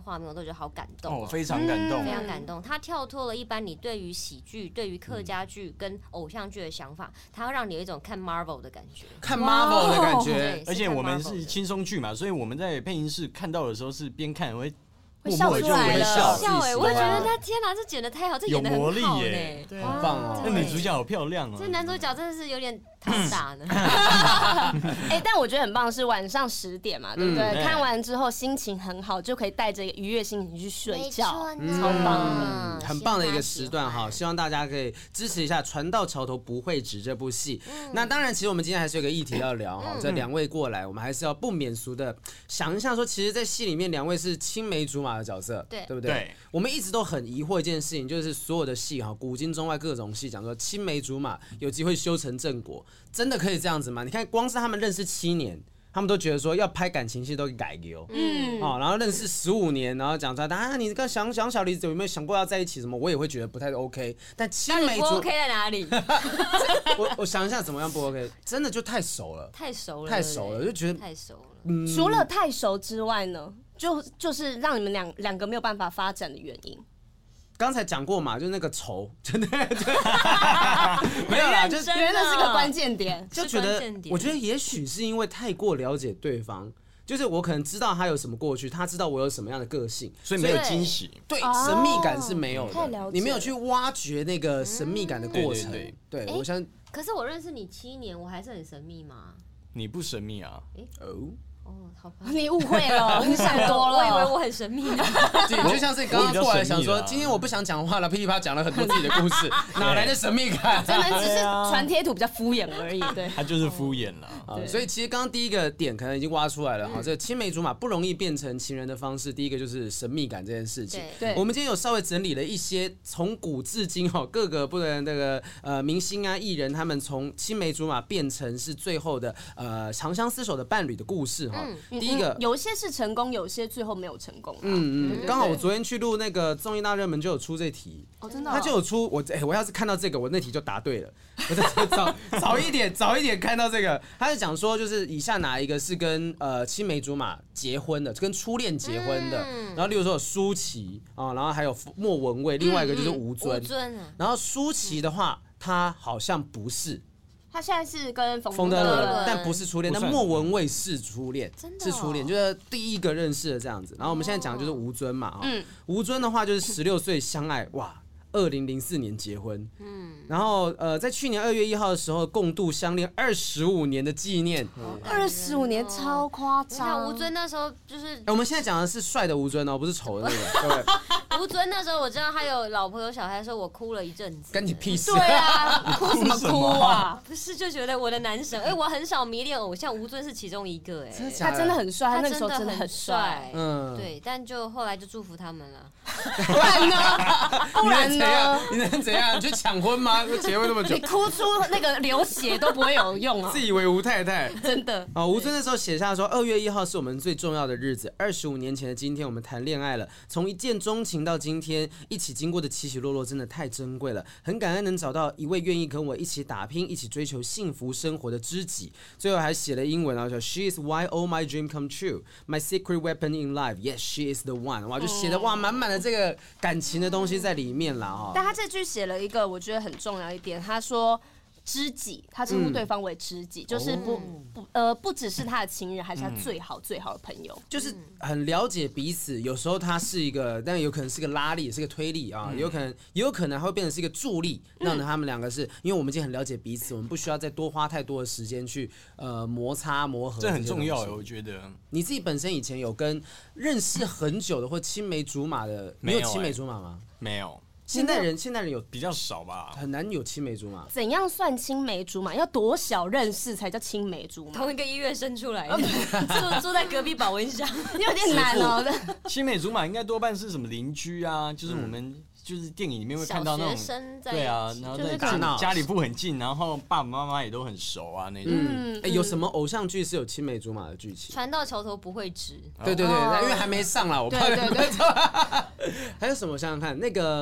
画面，我都觉得好感动
哦，非常感动，
非常感动。他跳脱了一般你对于喜剧、对于客家剧跟偶像剧的想法，他要让你有一种看 Marvel 的感觉，
看 Marvel 的感觉。
而且我们是轻松剧嘛，所以我们在配音室看到的时候是边看会。
会笑出来了，
笑哎！我就觉得他天哪，这剪得太好，这演得很好耶，
很棒哦！
那女主角好漂亮哦，
这男主角真的是有点太傻了。
哎，但我觉得很棒的是晚上十点嘛，对不对？看完之后心情很好，就可以带着愉悦心情去睡觉，超棒的，
很棒的一个时段哈！希望大家可以支持一下《船到桥头不会直》这部戏。那当然，其实我们今天还是有个议题要聊哈，这两位过来，我们还是要不免俗的想一下说，其实，在戏里面两位是青梅竹马的角色，
对
对不对？对，我们一直都很疑惑一件事情，就是所有的戏哈，古今中外各种戏，讲说青梅竹马有机会修成正果，真的可以这样子吗？你看，光是他们认识七年。他们都觉得说要拍感情戏都改丢，嗯，哦，然后认识十五年，然后讲出来，啊，你跟想想小李子有没有想过要在一起什么？我也会觉得不太 OK。但青梅竹
OK 在哪里？
我我想一下怎么样不 OK， 真的就太熟了，
太熟了，
太熟了，就觉得
太熟了。
嗯，除了太熟之外呢，就就是让你们两两个没有办法发展的原因。
刚才讲过嘛，就是那个仇，真的没有啦，就是
因为那是个关键点，
就觉得我觉得也许是因为太过了解对方，就是我可能知道他有什么过去，他知道我有什么样的个性，
所以没有惊喜，
对，神秘感是没有的，
太了解，
你没有去挖掘那个神秘感的过程，对，对，我想。
可是我认识你七年，我还是很神秘吗？
你不神秘啊？
哦。
哦，好吧，
你误会了，你想多了。
我以为我很神秘呢。
对，就像是刚刚过来想说，今天我不想讲话了，噼里啪讲了很多自己的故事，哪来的神秘感？
可能只是传贴图比较敷衍而已。对，
他就是敷衍了。
所以其实刚刚第一个点可能已经挖出来了哈，这个青梅竹马不容易变成情人的方式，第一个就是神秘感这件事情。
对，
我们今天有稍微整理了一些从古至今哈各个不能那个呃明星啊艺人他们从青梅竹马变成是最后的呃长相厮守的伴侣的故事哈。第一个。
有些是成功，有些最后没有成功。
嗯嗯，刚好我昨天去录那个综艺大热门就有出这题，
哦真的，
他就有出我哎，我要是看到这个，我那题就答对了。我再早早一点，早一点看到这个，他是讲说就是以下哪一个是跟呃青梅竹马结婚的，跟初恋结婚的，然后例如说有舒淇啊，然后还有莫文蔚，另外一个就是吴尊，然后舒淇的话，他好像不是。
他现在是跟
冯德伦，但不是初恋。但莫文蔚是初恋，是初恋，就是第一个认识的这样子。然后我们现在讲的就是吴尊嘛，嗯，吴尊的话就是十六岁相爱，哇，二零零四年结婚，嗯，然后呃，在去年二月一号的时候共度相恋二十五年的纪念，
二十五年超夸张。
你看吴尊那时候就是，
我们现在讲的是帅的吴尊哦，不是丑的那个，对。
吴尊那时候我知道他有老婆有小孩的时候，我哭了一阵子。
跟你屁事！
对啊，哭什么哭啊？
不是就觉得我的男神，哎，我很少迷恋偶像，吴尊是其中一个，哎，
他真的很帅，他那个时候真的很帅，
嗯，对，但就后来就祝福他们了。
不然呢？不然呢？
你能怎样？你去抢婚吗？结婚那么久，
你哭出那个流血都不会有用啊！
自以为吴太太，
真的
啊！吴尊那时候写下说，二月一号是我们最重要的日子，二十五年前的今天，我们谈恋爱了，从一见钟情到今天一起经过的起起落落真的太珍贵了，很感恩能找到一位愿意跟我一起打拼、一起追求幸福生活的知己。最后还写了英文，然后说 She is why all my dream come true, my secret weapon in life. Yes, she is the one. 哇，就写的哇满满的这个感情的东西在里面啦哈。
但他这句写了一个我觉得很重要一点，他说。知己，他称呼对方为知己，嗯、就是不不呃，不只是他的情人，还是他最好最好的朋友，
就是很了解彼此。有时候他是一个，但有可能是个拉力，也是个推力啊，嗯、有可能也有可能还会变成是一个助力，让他们两个是，因为我们已经很了解彼此，我们不需要再多花太多的时间去呃摩擦磨合。
这很重要，我觉得。
你自己本身以前有跟认识很久的或青梅竹马的，
没有
你有青梅竹马吗？
没有。
现代人，现代人有
比较少吧，
很难有青梅竹马。
怎样算青梅竹马？要多小认识才叫青梅竹马？
同一个医院生出来的，住住在隔壁保温箱，
有点难哦。
青梅竹马应该多半是什么邻居啊？就是我们就是电影里面会看到那种，对啊，然后在家里住很近，然后爸爸妈妈也都很熟啊那种。
嗯，哎，有什么偶像剧是有青梅竹马的剧情？
船到桥头不会直。
对对对，因为还没上啦，我怕。对对对。还有什么？想想看，那个。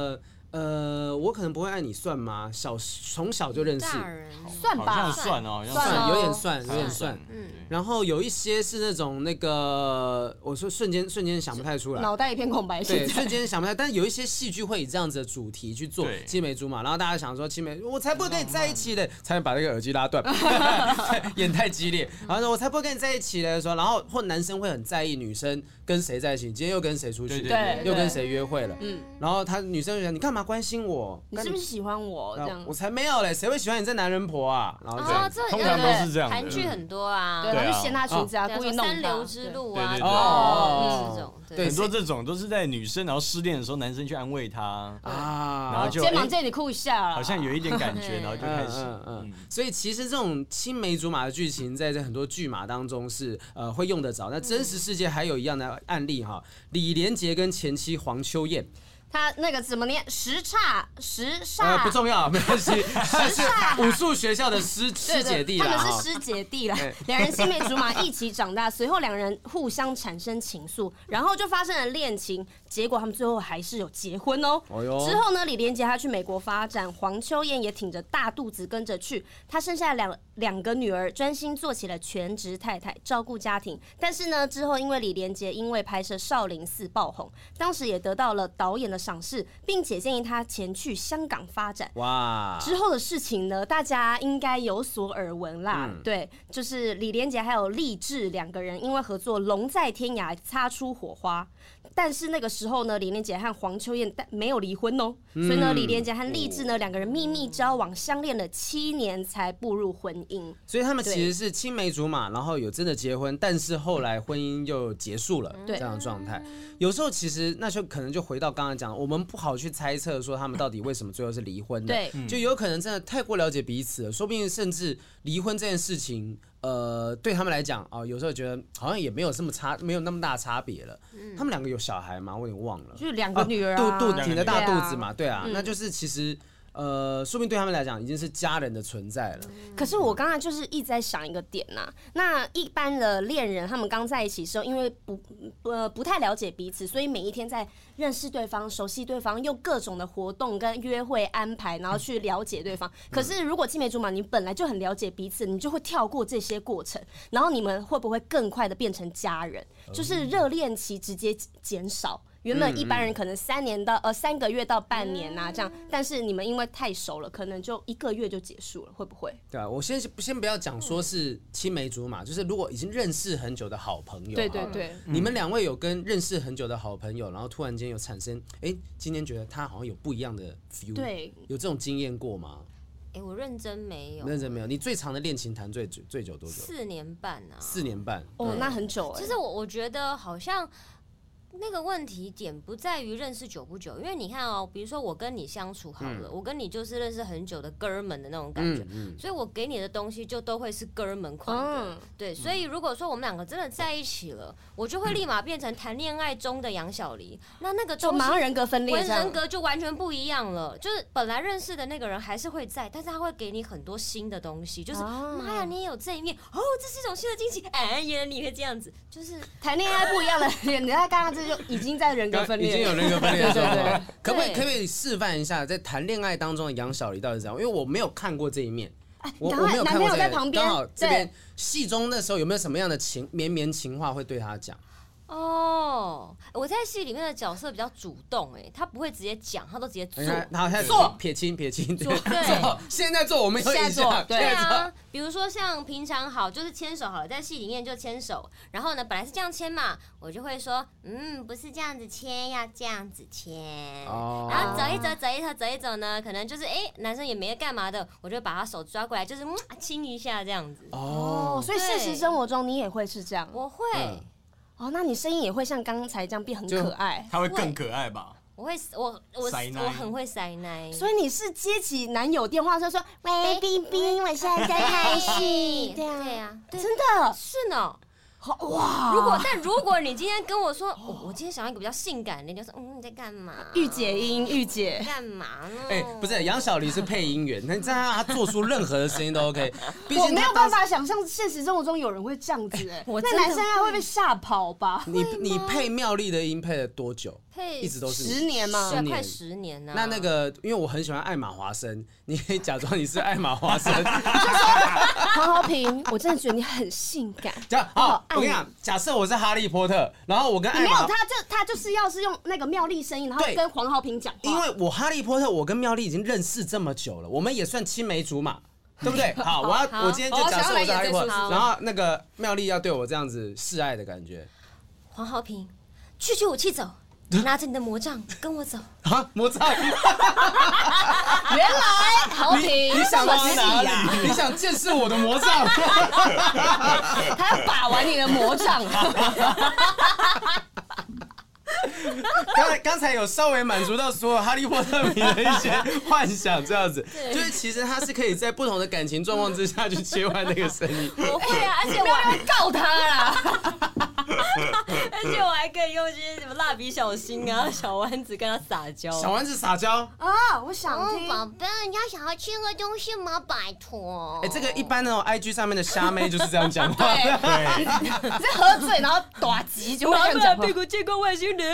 呃，我可能不会按你算吗？小从小就认识，
算吧，
好像算哦，
算有点算，有点算。
嗯，
然后有一些是那种那个，我说瞬间瞬间想不太出来，
脑袋一片空白。
对，瞬间想不太。但是有一些戏剧会以这样子的主题去做青梅竹马，然后大家想说青梅，我才不会跟你在一起嘞，差点把那个耳机拉断，演太激烈。然后说我才不会跟你在一起嘞的时候，然后或男生会很在意女生跟谁在一起，今天又跟谁出去，
对，
又跟谁约会了，嗯，然后他女生就想你干嘛关心我？
你是不是喜欢我？这样
我才没有嘞，谁会喜欢你这男人婆啊？然后
这
通常都是这样，
韩剧很多啊，
对，就掀他裙子啊，故意弄
三流之路啊，
哦，
这种，
对，很多这种都是在女生然后失恋的时候，男生去安慰她啊，然后就
肩膀借你哭一下，
好像有一点感觉，然后就开始，
嗯嗯，所以其实这种青梅竹马的剧情，在这很多剧码当中是呃会用得着。那真实世界还有一样的案例哈，李连杰跟前妻黄秋燕。
他那个怎么念？时差，时差、
呃、不重要，没关系。是武术学校的师师姐弟啦，
他们是师姐弟啦。两人青梅竹马，一起长大，随后两人互相产生情愫，然后就发生了恋情。结果他们最后还是有结婚哦。哦之后呢，李连杰他去美国发展，黄秋燕也挺着大肚子跟着去。他生下两两个女儿，专心做起了全职太太，照顾家庭。但是呢，之后因为李连杰因为拍摄《少林寺》爆红，当时也得到了导演的赏识，并且建议他前去香港发展。哇！之后的事情呢，大家应该有所耳闻啦。嗯、对，就是李连杰还有励志两个人因为合作《龙在天涯》擦出火花。但是那个时候呢，李连杰和黄秋燕没有离婚哦，嗯、所以呢，李连杰和励志呢两个人秘密交往，相恋了七年才步入婚姻。
所以他们其实是青梅竹马，然后有真的结婚，但是后来婚姻又结束了这样的状态。有时候其实那就可能就回到刚刚讲，我们不好去猜测说他们到底为什么最后是离婚的，对，就有可能真的太过了解彼此了，说不定甚至离婚这件事情。呃，对他们来讲啊、哦，有时候觉得好像也没有这么差，没有那么大差别了。嗯、他们两个有小孩吗？我有点忘了，
就是两个女儿、啊，
肚肚挺着大肚子嘛，对啊，嗯、那就是其实。呃，说明对他们来讲已经是家人的存在了。
可是我刚才就是一直在想一个点呐、啊，那一般的恋人他们刚在一起的时候，因为不呃不太了解彼此，所以每一天在认识对方、熟悉对方，用各种的活动跟约会安排，然后去了解对方。可是如果青梅竹马，你本来就很了解彼此，你就会跳过这些过程，然后你们会不会更快的变成家人？就是热恋期直接减少。原本一般人可能三年到呃三个月到半年啊这样，但是你们因为太熟了，可能就一个月就结束了，会不会？
对啊，我先先不要讲说是青梅竹马，就是如果已经认识很久的好朋友，
对对对，
你们两位有跟认识很久的好朋友，然后突然间有产生，哎，今天觉得他好像有不一样的 feel， 对，有这种经验过吗？
哎，我认真没有，
认真没有。你最长的恋情谈最久最久多久？
四年半啊，
四年半，
哦，那很久哎。
其实我我觉得好像。那个问题点不在于认识久不久，因为你看哦，比如说我跟你相处好了，嗯、我跟你就是认识很久的哥们的那种感觉，嗯嗯、所以我给你的东西就都会是哥们款的，嗯、对。所以如果说我们两个真的在一起了，我就会立马变成谈恋爱中的杨小黎，那那个
就马上人格分裂，
我人格就完全不一样了。就是本来认识的那个人还是会在，但是他会给你很多新的东西，就是妈呀，你也有这一面哦，这是一种新的惊喜，哎，原来你会这样子，就是
谈恋爱不一样的。你在刚刚这就已经在人格分裂，
已经有人格分裂了，对对对。可不可以可不可以示范一下，在谈恋爱当中的杨小黎到底是怎样？因为我没有看过这一面，我我没有看过这一面。刚好这边戏中那时候有没有什么样的情绵绵情话会对他讲？
哦，我在戏里面的角色比较主动，哎，他不会直接讲，他都直接做，
然后他做撇清撇清，
做对，
现在做我们有印象，
对啊，比如说像平常好就是牵手好了，在戏里面就牵手，然后呢本来是这样牵嘛，我就会说，嗯，不是这样子牵，要这样子牵，哦、然后走一走走一走走一走呢，可能就是哎、欸、男生也没干嘛的，我就把他手抓过来，就是嗯亲一下这样子。
哦，所以现实生活中你也会是这样？
我会。嗯
哦，那你声音也会像刚才这样变很可爱？
他会更可爱吧？
我会，我我我很会塞奶，
所以你是接起男友电话说说，喂 ，B B， 我现在在拍戏，
对啊，对啊，
真的
是呢。
哇！
如果但如果你今天跟我说，我我今天想要一个比较性感的，你就说，嗯，你在干嘛？
御姐音，御姐
干嘛呢？
哎，不是，杨小黎是配音员，那这样他做出任何的声音都 OK。
我没有办法想象现实生活中有人会这样子，哎，那男生应该会被吓跑吧？
你你配妙丽的音配了多久？
配
一直都是
十年吗？
对，快十年呢。
那那个，因为我很喜欢艾玛华森，你可以假装你是艾玛华森，就
说黄豪平，我真的觉得你很性感。
这样好，我跟你讲，假设我是哈利波特，然后我跟艾玛，
没有，他就他就是要是用那个妙丽声音，然后跟黄豪平讲话。
因为我哈利波特，我跟妙丽已经认识这么久了，我们也算青梅竹马。对不对？好，我要我今天就假设我是哈利波特，然后那个妙丽要对我这样子示爱的感觉。
黄豪平，去去武器走。拿着你的魔杖跟我走
啊！魔杖，原
来豪平
你想去哪里？你想见识我的魔杖？
他要把玩你的魔杖。
刚才刚才有稍微满足到所有哈利波特迷的一些幻想，这样子，就是其实他是可以在不同的感情状况之下去切换那个声音。
我会啊，而且我
还会告他啦。
而且我还可以用一些什么蜡笔小新啊、小丸子跟他撒娇。
小丸子撒娇
啊！我想听，
宝贝，人家想要吃个东西吗？拜托。
哎，这个一般那种 I G 上面的虾妹就是这样讲话。
对，你在喝醉然后打急就会这样讲话。
屁股见过外星人。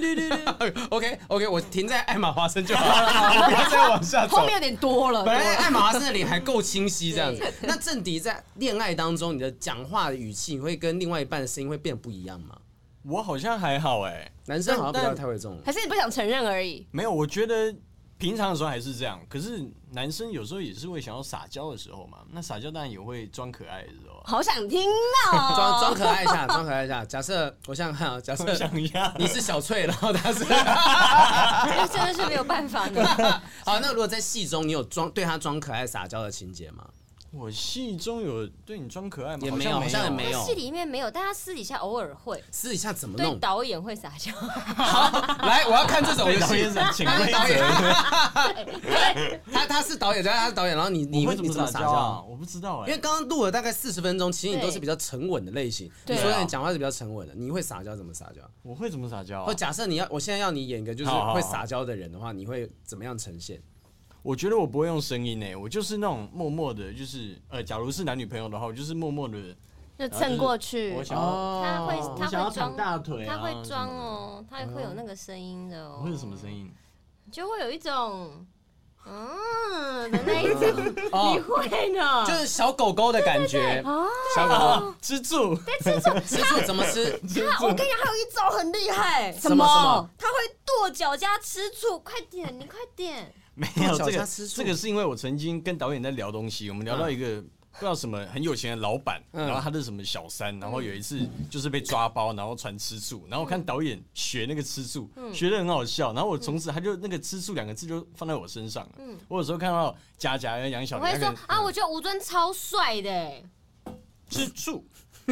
OK OK， 我停在艾玛华森就好了，不要再往下走。
后面有点多了。
本来艾玛华森的脸还够清晰，这样子。那正迪在恋爱当中，你的讲话的语气，你会跟另外一半的声音会变不一样吗？
我好像还好哎、欸，
男生好像不要太会这种，
还是你不想承认而已？
没有，我觉得平常的时候还是这样，可是男生有时候也是会想要撒娇的时候嘛。那撒娇当然也会装可爱的时候。
好想听哦，
装装可爱一下，装可爱一下。假设我想想看啊，假设你是小翠，然后他是，
真的是没有办法的。
好，那如果在戏中你有装对他装可爱撒娇的情节吗？
我戏中有对你装可爱吗？
也没有，好像也没有。
戏里面没有，但他私底下偶尔会。
私底下怎么弄？
对导演会撒娇。
来，我要看这种的戏。
请问导
演，他他是导演，他是导演，然后你你会怎么撒娇啊？
我不知道哎，
因为刚刚录了大概四十分钟，其实你都是比较沉稳的类型。你说你讲话是比较沉稳的，你会撒娇怎么撒娇？
我会怎么撒娇？
或假设你要，我现在要你演一个就是会撒娇的人的话，你会怎么样呈现？
我觉得我不会用声音诶，我就是那种默默的，就是呃，假如是男女朋友的话，我就是默默的
就蹭过去。
我想要，
他会他会装
大腿，
他会装哦，他会有那个声音的哦。
会有什么声音？
就会有一种嗯的那一种，你会呢？
就是小狗狗的感觉，小狗狗
吃醋，
对，吃醋，
吃醋怎么吃？
他我跟你讲，还有一招很厉害，
什么什么？
他会跺脚加吃醋，快点，你快点。
没有这个，这个是因为我曾经跟导演在聊东西，我们聊到一个不知道什么很有钱的老板，然后他的什么小三，然后有一次就是被抓包，然后传吃醋，然后我看导演学那个吃醋，学得很好笑，然后我从此他就那个吃醋两个字就放在我身上了。我有时候看到佳佳跟杨小，
我会说啊，我觉得吴尊超帅的，
吃醋，不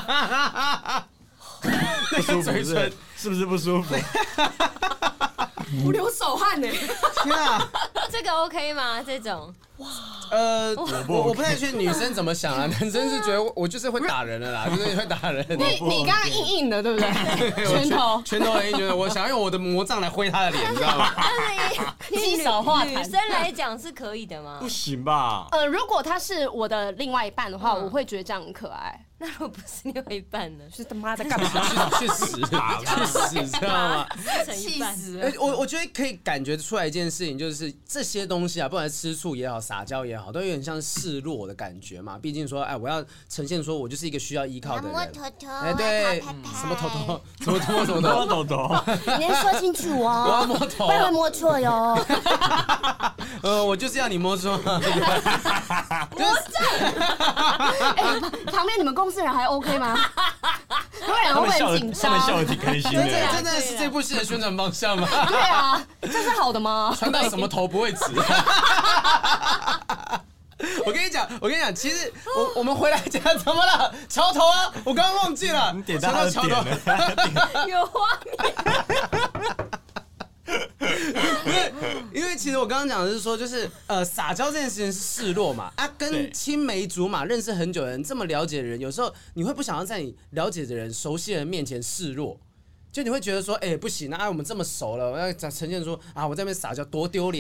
舒服是是不是不舒服？
我流手汗呢！
天啊，
这个 OK 吗？这种
哇，呃，我我不太确定女生怎么想啊，男生是觉得我就是会打人了啦，就是会打人。
你你刚刚硬硬的，对不对？拳头
拳头很硬，觉得我想要用我的魔杖来挥他的脸，你知道吗？
积少化
女生来讲是可以的吗？
不行吧？
呃，如果他是我的另外一半的话，我会觉得这样很可爱。
那如果不是另外一半呢？
是他妈在干嘛？
去死！去死！知道吗？
气死！
我我觉得可以感觉出来一件事情，就是这些东西啊，不管是吃醋也好，撒娇也好，都有点像示弱的感觉嘛。毕竟说，哎，我要呈现说我就是一个需要依靠的人。哎，对，什么头头，什么头什么头
头头，
你要说清楚哦。
我要摸头，
不然会摸错哟。
呃，我就是要你摸错。
摸正。哎，旁边你们公司人还 OK 吗？不然会很紧张。
他们笑得挺开心的。
真的是这部戏的宣传方向吗？
对啊，这是好的吗？
传到什么头不会直。我跟你讲，我跟你讲，其实我我们回来讲怎么了？桥头啊，我刚刚忘记了。
你点到他的点了。
有画面。
因为因为其实我刚刚讲的是说，就是呃撒娇这件事情是示弱嘛，啊，跟青梅竹马认识很久的人，这么了解的人，有时候你会不想要在你了解的人、熟悉的人面前示弱，就你会觉得说，哎、欸，不行啊，我们这么熟了，我要呈现说啊，我在那边撒娇多丢脸呐，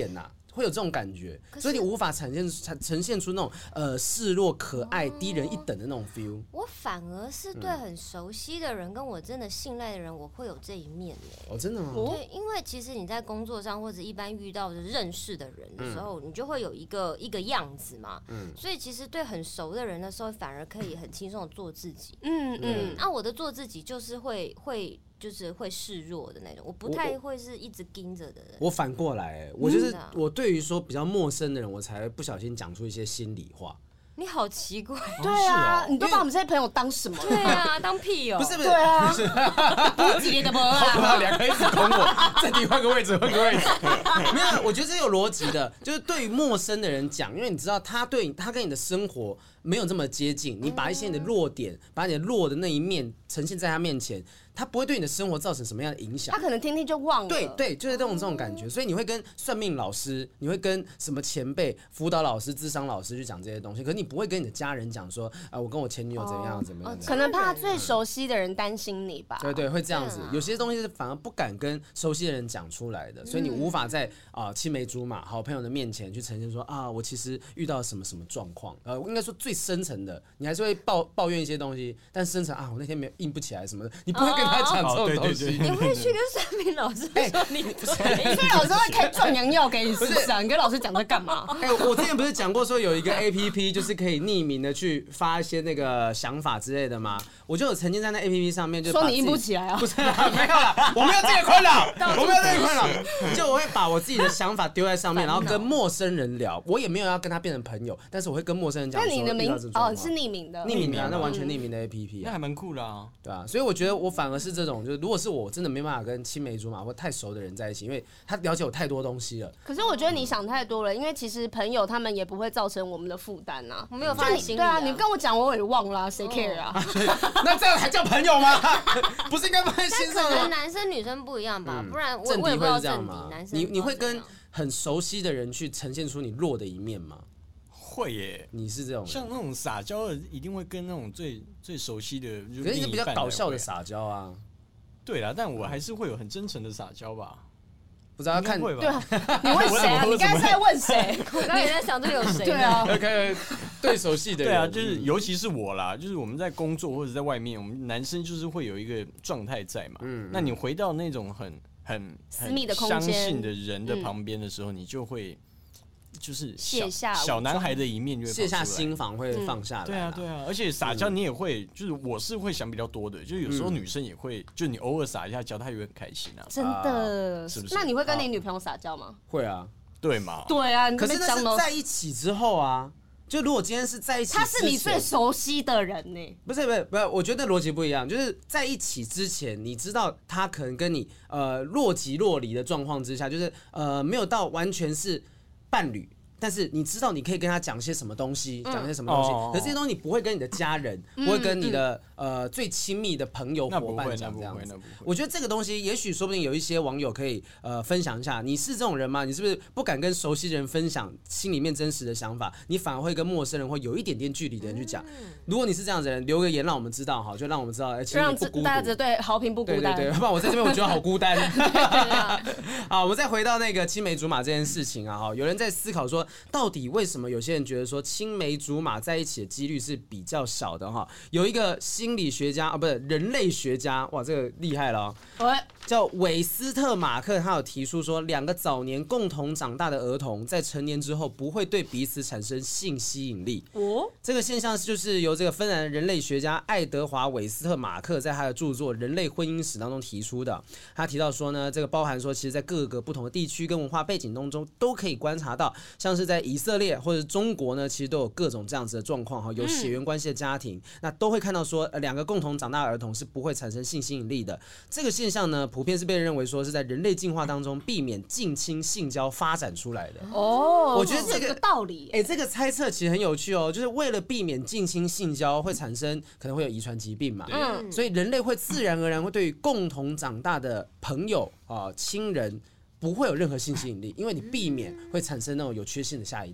会有这种感觉，所以你无法呈现呈现出那种呃示弱、可爱、哦、低人一等的那种 feel。
我反而是对很熟悉的人，跟我真的信赖的人，我会有这一面耶。
哦，真的吗？
对，因为其实你在工作上或者一般遇到的认识的人的时候，嗯、你就会有一个一个样子嘛。嗯。所以其实对很熟的人的时候，反而可以很轻松的做自己。嗯嗯。那、啊、我的做自己就是会会。就是会示弱的那种，我不太会是一直盯着的人。
我反过来，我就是我对于说比较陌生的人，我才不小心讲出一些心里话。
你好奇怪，
对啊，你都把我们这些朋友当什么？
对啊，当屁哦！
不是不是，
对啊，
不急的不啊，
两个一直拱我，这题换个位置，换个位置。没有，我觉得这有逻辑的，就是对于陌生的人讲，因为你知道他对他跟你的生活没有这么接近，你把一些你的弱点，把你的弱的那一面呈现在他面前。他不会对你的生活造成什么样的影响，
他可能听听就忘了。
对对，就是这种这种感觉，所以你会跟算命老师，你会跟什么前辈、辅导老师、諮商老师去讲这些东西，可是你不会跟你的家人讲说，啊，我跟我前女友怎么样怎么样。
可能怕最熟悉的人担心你吧。
对对，会这样子。有些东西是反而不敢跟熟悉的人讲出来的，所以你无法在啊青梅竹马、好朋友的面前去呈现说啊，我其实遇到什么什么状况。呃，应该说最深层的，你还是会抱抱怨一些东西，但深层啊，我那天没有硬不起来什么的，你不会跟他讲这种东西。
你会去跟算命老师说你不是？
算命老师会开壮阳药给你吃啊？你跟老师讲这干嘛？
哎、欸，我之前不是讲过说有一个 A P P， 就是可以匿名的去发一些那个想法之类的吗？我就有曾经在那 A P P 上面就
说你硬不起来啊？
不是、啊，没有啦，我没有这个困扰，我没有这个困扰。就我会把我自己的想法丢在上面，然后跟陌生人聊。我也没有要跟他变成朋友，但是我会跟陌生人讲说。
那你的名哦是匿名的，
匿名的、啊，那完全匿名的 A P P，、啊、
那还蛮酷的啊。
对啊，所以我觉得我反而是这种，就是如果是我真的没办法跟青梅竹马或太熟的人在一起，因为他了解我太多东西了。
可是我觉得你想太多了，因为其实朋友他们也不会造成我们的负担呐，
我没有放在心里、
啊。对啊，你跟我讲我也忘了、啊，谁 care 啊？
那这样还叫朋友吗？不是应该放在心上吗？
可能男生女生不一样吧，嗯、不然我我也不知道正敌。男生
你你会跟很熟悉的人去呈现出你弱的一面吗？
会耶，
你是这种
像那种撒娇的，一定会跟那种最最熟悉的，
可是你比较搞笑的撒娇啊。
对啦，但我还是会有很真诚的撒娇吧。
不知道要看
会吧？
对啊，你问谁啊？你刚才是在问谁？
我刚才也在想，这有谁？
对啊，
看对手戏的人。
对啊，就是尤其是我啦，就是我们在工作或者在外面，我们男生就是会有一个状态在嘛。嗯。那你回到那种很很
私密的空间、
相信的人的旁边的时候，你就会。就是
卸下
小男孩的一面就会
卸下心防会放下来、嗯。
对啊，对啊，而且撒娇你也会，就是我是会想比较多的，就是有时候女生也会，就你偶尔撒一下娇，她也会很开心啊。
真的，
是不是？
那你会跟你女朋友撒娇吗？
会啊，
对嘛？
对啊，
可是那是在一起之后啊。就如果今天是在一起，
他是你最熟悉的人呢。
不是不是不是，我觉得逻辑不一样。就是在一起之前，你知道他可能跟你呃若即若离的状况之下，就是呃没有到完全是伴侣。但是你知道你可以跟他讲些什么东西，讲、嗯、些什么东西，哦、可是这些东西你不会跟你的家人，嗯、不会跟你的、嗯、呃最亲密的朋友伙伴讲这样子。我觉得这个东西，也许说不定有一些网友可以呃分享一下，你是这种人吗？你是不是不敢跟熟悉的人分享心里面真实的想法，你反而会跟陌生人或有一点点距离的人去讲？嗯、如果你是这样子的人，留个言让我们知道哈，就让我们知道，哎、欸，其实你不孤独。
大家对好评不孤单，
对对对，不然我在这边我觉得好孤单。好，我们再回到那个青梅竹马这件事情啊，哈，有人在思考说，到底为什么？什么？有些人觉得说青梅竹马在一起的几率是比较小的哈。有一个心理学家啊，不是人类学家，哇，这个厉害了哦，叫韦斯特马克，他有提出说，两个早年共同长大的儿童在成年之后不会对彼此产生性吸引力。哦，这个现象就是由这个芬兰人类学家爱德华韦斯特马克在他的著作《人类婚姻史》当中提出的。他提到说呢，这个包含说，其实在各个不同的地区跟文化背景当中都可以观察到，像是在以色列或者中国呢，其实都有各种这样子的状况哈，有血缘关系的家庭，嗯、那都会看到说，呃，两个共同长大的儿童是不会产生性吸引力的。这个现象呢，普遍是被认为说是在人类进化当中避免近亲性交发展出来的。
哦，
我觉得这
个道理，
哎、欸，这个猜测其实很有趣哦，就是为了避免近亲性交会产生可能会有遗传疾病嘛，嗯，所以人类会自然而然会对于共同长大的朋友啊、亲人不会有任何性吸引力，因为你避免会产生那种有缺陷的下一代。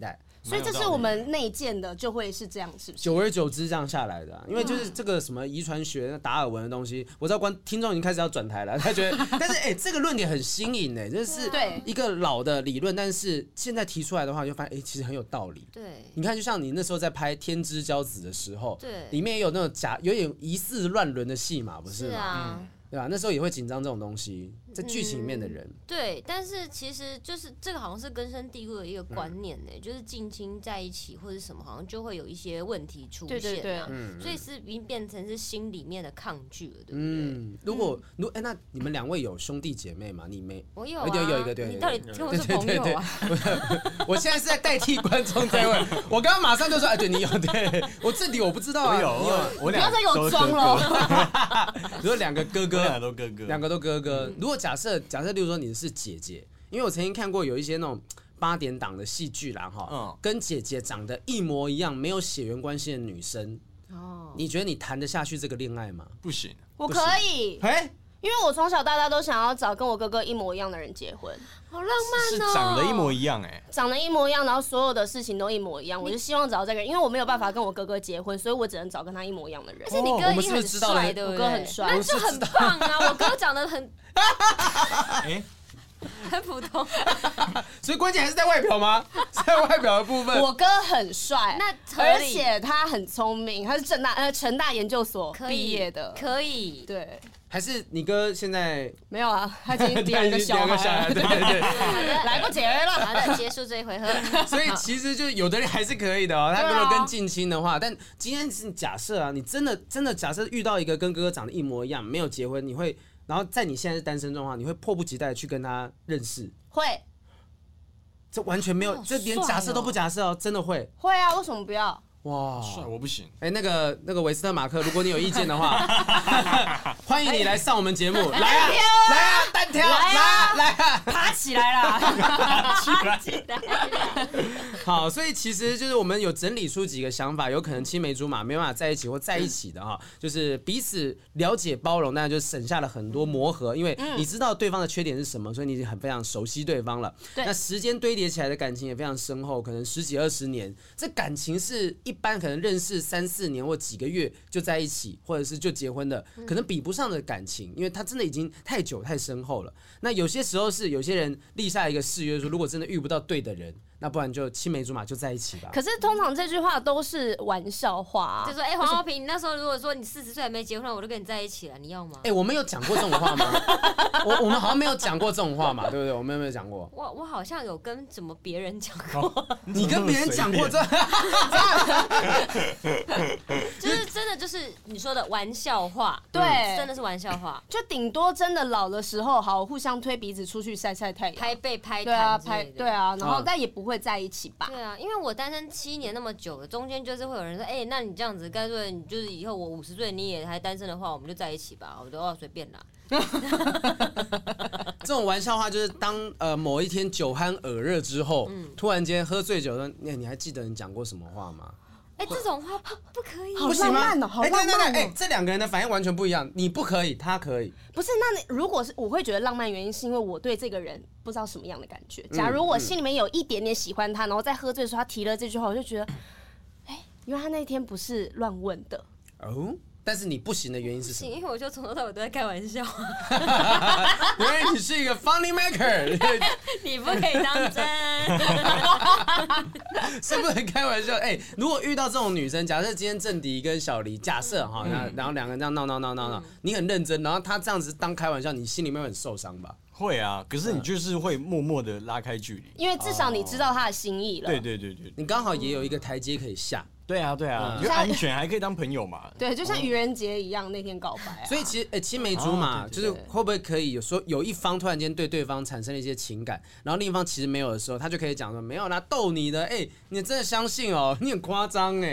所以这是我们内建的，就会是这样，是不是？
久而久之这样下来的、啊，因为就是这个什么遗传学、达尔文的东西，我知道观听众已经开始要转台了，他觉得，但是哎、欸，这个论点很新颖哎，这是一个老的理论，但是现在提出来的话，就发现哎、欸，其实很有道理。
对，
你看，就像你那时候在拍《天之骄子》的时候，
对，
里面也有那种假有点疑似乱伦的戏嘛，不是吗？
是啊。
嗯对吧？那时候也会紧张这种东西，在剧情里面的人、嗯。
对，但是其实就是这个好像是根深蒂固的一个观念呢、嗯，就是近亲在一起或者什么，好像就会有一些问题出现、啊。对对对，嗯、所以是已经变成是心里面的抗拒了，对不对？
嗯，如果如哎、欸，那你们两位有兄弟姐妹吗？你没？
我有、啊，
有有一个对。
你到底跟我是朋友啊？
对对对我现在是在代替观众在问，我刚刚马上就说，哎，对你有，对我这里我不知道啊，
我有，
你有，
我
不要再有装了。
如果两个哥哥，
两个都哥哥。
两个都哥哥。如果假设假设，例如说你是姐姐，因为我曾经看过有一些那种八点档的戏剧啦，哈、嗯，跟姐姐长得一模一样，没有血缘关系的女生，哦，你觉得你谈得下去这个恋爱吗？
不行，
我可以，
哎，
因为我从小到大都想要找跟我哥哥一模一样的人结婚，
好浪漫哦，
是长得一模一样哎、欸，
长得一模一样，然后所有的事情都一模一样，我就希望找这个人，因为我没有办法跟我哥哥结婚，所以我只能找跟他一模一样的人。
而且你哥一定很帅，对不对？
我哥很帅，
那就很棒啊！我哥长得很，哎，很普通，
所以关键还是在外表吗？在外表的部分，
我哥很帅，
那
而且他很聪明，他是政大呃成大研究所毕业的，
可以，
对。
还是你哥现在
没有啊？他已经两个小孩了，
对对对，
来不及了。
好的，结束这一回合。
所以其实就有的人还是可以的哦，他如果跟近亲的话，但今天是假设啊，你真的真的假设遇到一个跟哥哥长得一模一样，没有结婚，你会，然后在你现在是单身状况，你会迫不及待去跟他认识？
会。
这完全没有，这连假设都不假设哦，真的会。
会啊，为什么不要？
哇，
帅我不行。
哎、欸，那个那个维斯特马克，如果你有意见的话，欢迎你来上我们节目，来啊，来啊，单挑，来啊，来啊，
爬起来啦，
爬起来。
好，所以其实就是我们有整理出几个想法，有可能青梅竹马没办法在一起或在一起的哈，就是彼此了解包容，那就省下了很多磨合，因为你知道对方的缺点是什么，所以你很非常熟悉对方了。那时间堆叠起来的感情也非常深厚，可能十几二十年，这感情是一般可能认识三四年或几个月就在一起，或者是就结婚的，可能比不上的感情，因为它真的已经太久太深厚了。那有些时候是有些人立下一个誓约，说如果真的遇不到对的人，那不然就青梅竹马就在一起吧。
可是通常这句话都是玩笑话、啊，
就说哎、欸、黄浩平，你那时候如果说你四十岁还没结婚，我就跟你在一起了，你要吗？
哎、欸，我们有讲过这种话吗？我我们好像没有讲过这种话嘛，对不对？我们有没有讲过？
我我好像有跟怎么别人讲过、哦，
你跟别人讲过这，
就是真的就是你说的玩笑话，
对，
真的是玩笑话，
就顶多真的老的时候，好互相推鼻子出去晒晒太阳，
拍背拍
对啊拍对啊，然后但也不会在一起吧？
对啊，因为我单身七年那么久了，中间就是会有人说，哎、欸，那你这样子，干脆你就是以后我五十岁你也还单身的话，我们就在一起吧。我就哦随便啦。
这种玩笑话就是当呃某一天酒酣耳热之后，嗯、突然间喝醉酒说，你、欸、你还记得你讲过什么话吗？
哎、欸，这种话不不可以，
好浪漫哦，好浪漫哦！
哎、欸欸，这两个人的反应完全不一样，你不可以，他可以。
不是，那你如果是我会觉得浪漫，原因是因为我对这个人不知道什么样的感觉。假如我心里面有一点点喜欢他，然后在喝醉的时候他提了这句话，我就觉得，哎、欸，原来他那天不是乱问的
哦。但是你不行的原因是什么？
因为我就从头到尾都在开玩笑。
原来你是一个 funny maker，
你不可以当真，
是不能开玩笑。哎、欸，如果遇到这种女生，假设今天郑迪跟小黎，假设哈，然、嗯、然后两个人这样闹闹闹闹闹，你很认真，然后他这样子当开玩笑，你心里面会很受伤吧？
会啊，可是你就是会默默的拉开距离，
因为至少你知道他的心意了。
对对对对，
你刚好也有一个台阶可以下。
对啊对啊，就安全还可以当朋友嘛。
对，就像愚人节一样，那天告白、啊。
所以其实，哎、欸，青梅竹马、哦、就是会不会可以有说有一方突然间对对方产生了一些情感，然后另一方其实没有的时候，他就可以讲说没有啦，逗你的，哎、欸，你真的相信哦、喔？你很夸张哎。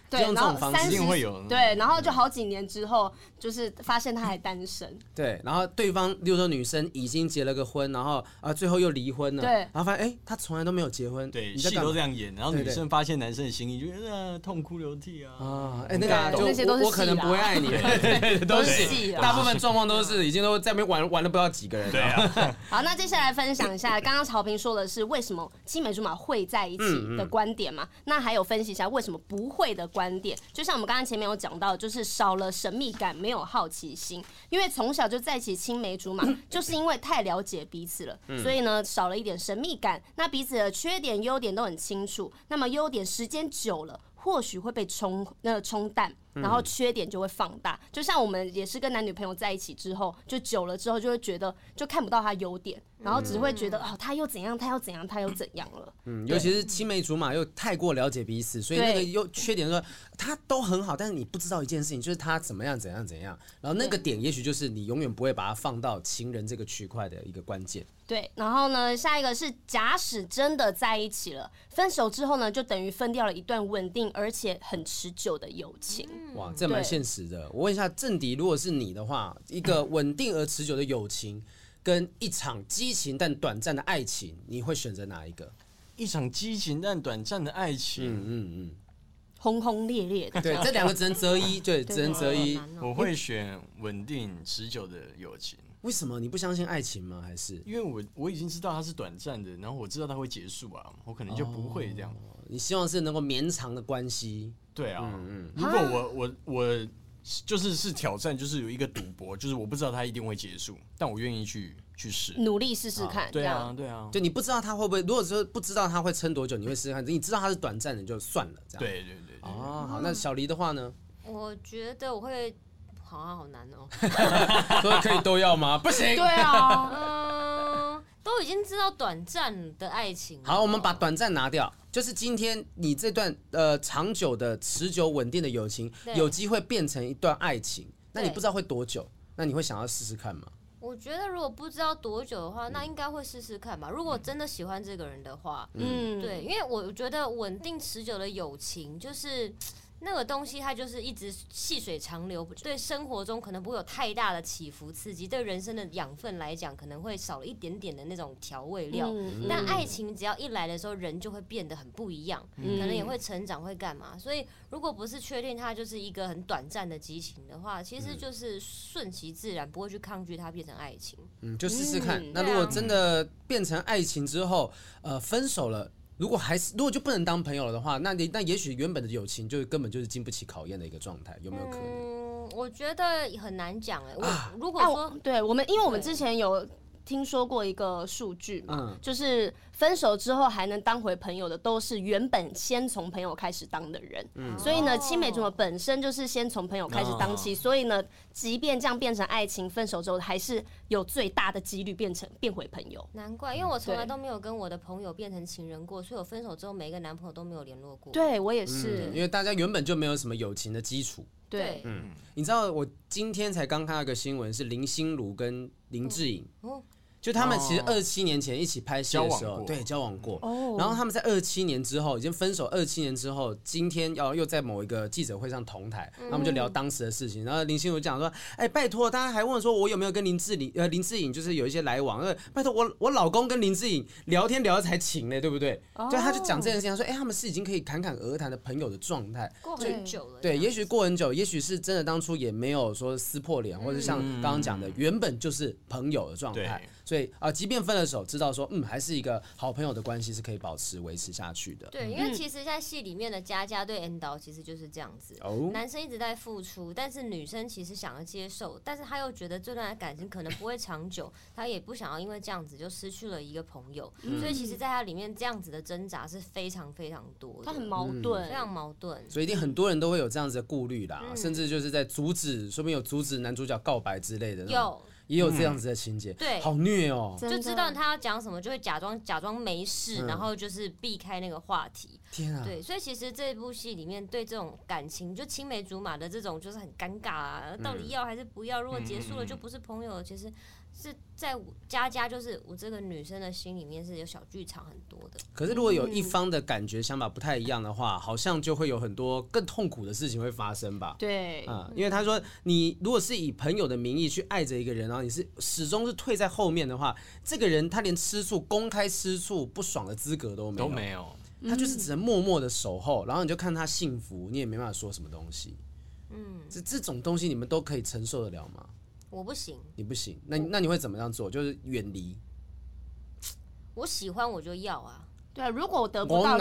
对，
用这种方式
一定会有。
对，然后就好几年之后，就是发现他还单身。
对，然后对方，例如说女生已经结了个婚，然后啊最后又离婚了，
对，
然后发现哎，他从来都没有结婚，
对，戏都这样演，然后女生发现男生的心意，就呃痛哭流涕啊。
啊，哎，那个
那些都是
我可能不会爱你，对，
都是戏，
大部分状况都是已经都在那边玩玩了不知道几个人。
对啊。
好，那接下来分享一下，刚刚曹平说的是为什么青梅竹马会在一起的观点嘛？那还有分析一下为什么不会的观点。就像我们刚刚前面有讲到，就是少了神秘感，没有好奇心，因为从小就在一起青梅竹马，就是因为太了解彼此了，所以呢少了一点神秘感。那彼此的缺点、优点都很清楚，那么优点时间久了，或许会被冲那冲淡。然后缺点就会放大，就像我们也是跟男女朋友在一起之后，就久了之后就会觉得就看不到他优点，然后只会觉得哦他又怎样，他又怎样，他又怎样了。
嗯，尤其是青梅竹马又太过了解彼此，所以那个优缺点说他都很好，但是你不知道一件事情，就是他怎么样怎样怎样，然后那个点也许就是你永远不会把它放到情人这个区块的一个关键。
对，然后呢，下一个是假使真的在一起了，分手之后呢，就等于分掉了一段稳定而且很持久的友情。
哇，这蛮现实的。我问一下郑迪，如果是你的话，一个稳定而持久的友情，跟一场激情但短暂的爱情，你会选择哪一个？
一场激情但短暂的爱情，嗯
嗯嗯，
轰轰烈烈的。
对，这两个只能择一，对，只能择一。
我会选稳定持久的友情。
为什么你不相信爱情吗？还是
因为我我已经知道它是短暂的，然后我知道它会结束啊，我可能就不会这样。
哦、你希望是能够绵长的关系？
对啊，嗯嗯。如果我我我就是是挑战，就是有一个赌博，就是我不知道它一定会结束，但我愿意去去试，
努力试试看。
啊对啊，对啊。
就你不知道它会不会，如果说不知道它会撑多久，你会试试看。你知道它是短暂的，你就算了，这样。
对对对对。
哦，好，那小黎的话呢？
我觉得我会。好像好难哦，
说可以都要吗？不行。
对啊，
嗯，都已经知道短暂的爱情。
好，我们把短暂拿掉，就是今天你这段呃长久的、持久、稳定的友情，有机会变成一段爱情，那你不知道会多久，那你会想要试试看吗？
我觉得如果不知道多久的话，那应该会试试看吧。如果真的喜欢这个人的话，嗯，对，因为我觉得稳定持久的友情就是。那个东西它就是一直细水长流，对生活中可能不会有太大的起伏刺激，对人生的养分来讲可能会少了一点点的那种调味料。嗯、但爱情只要一来的时候，人就会变得很不一样，嗯、可能也会成长，会干嘛？所以如果不是确定它就是一个很短暂的激情的话，其实就是顺其自然，不会去抗拒它变成爱情。
嗯，就试试看。嗯、那如果真的变成爱情之后，呃，分手了。如果还是如果就不能当朋友了的话，那你那也许原本的友情就根本就是经不起考验的一个状态，有没有可能？
嗯，我觉得很难讲哎。我如果说、
啊、对我们，因为我们之前有听说过一个数据嘛，嗯、就是分手之后还能当回朋友的，都是原本先从朋友开始当的人。嗯、所以呢，青梅竹马本身就是先从朋友开始当起，哦、所以呢，即便这样变成爱情，分手之后还是有最大的几率变成变回朋友。
难怪，因为我从来都没有跟我的朋友变成情人过，所以我分手之后每一个男朋友都没有联络过。
对我也是、
嗯，因为大家原本就没有什么友情的基础。
对，
嗯，你知道我今天才刚看到一个新闻，是林心如跟林志颖。哦。就他们其实二七年前一起拍戏的时候，对，交往过。哦。然后他们在二七年之后已经分手，二七年之后，今天要又在某一个记者会上同台，嗯、他们就聊当时的事情。然后林心如讲说：“哎、欸，拜托，大家还问说我有没有跟林志颖呃林志颖就是有一些来往？呃，拜托我我老公跟林志颖聊天聊得才情嘞，对不对？哦、就他就讲这件事情，他说：哎、欸，他们是已经可以侃侃而谈的朋友的状态，
过很久了。
对，也许过很久，也许是真的当初也没有说撕破脸，嗯、或者像刚刚讲的，原本就是朋友的状态。”所以啊、呃，即便分了手，知道说，嗯，还是一个好朋友的关系是可以保持维持下去的。
对，因为其实，在戏里面的佳佳对恩导其实就是这样子，哦、男生一直在付出，但是女生其实想要接受，但是他又觉得这段感情可能不会长久，他也不想要因为这样子就失去了一个朋友，嗯、所以其实，在他里面这样子的挣扎是非常非常多的，
他很矛盾，
嗯、非常矛盾，
所以一定很多人都会有这样子的顾虑啦，嗯、甚至就是在阻止，说不定有阻止男主角告白之类的。
有。
也有这样子的情节，
对，
好虐哦，
就知道他要讲什么，就会假装假装没事，嗯、然后就是避开那个话题。
天啊，
对，所以其实这部戏里面对这种感情，就青梅竹马的这种，就是很尴尬啊，到底要还是不要？如果结束了就不是朋友了，其实是在我佳佳，就是我这个女生的心里面是有小剧场很多的。
可是如果有一方的感觉想法不太一样的话，好像就会有很多更痛苦的事情会发生吧？
对，
嗯，因为他说你如果是以朋友的名义去爱着一个人，然后你是始终是退在后面的话，这个人他连吃醋、公开吃醋不爽的资格都没有，
都没有，
他就是只能默默的守候，然后你就看他幸福，你也没办法说什么东西。嗯，这这种东西你们都可以承受得了吗？
我不行，
你不行，那那你会怎么样做？就是远离。
我喜欢我就要啊。
对啊，如果我得不到就，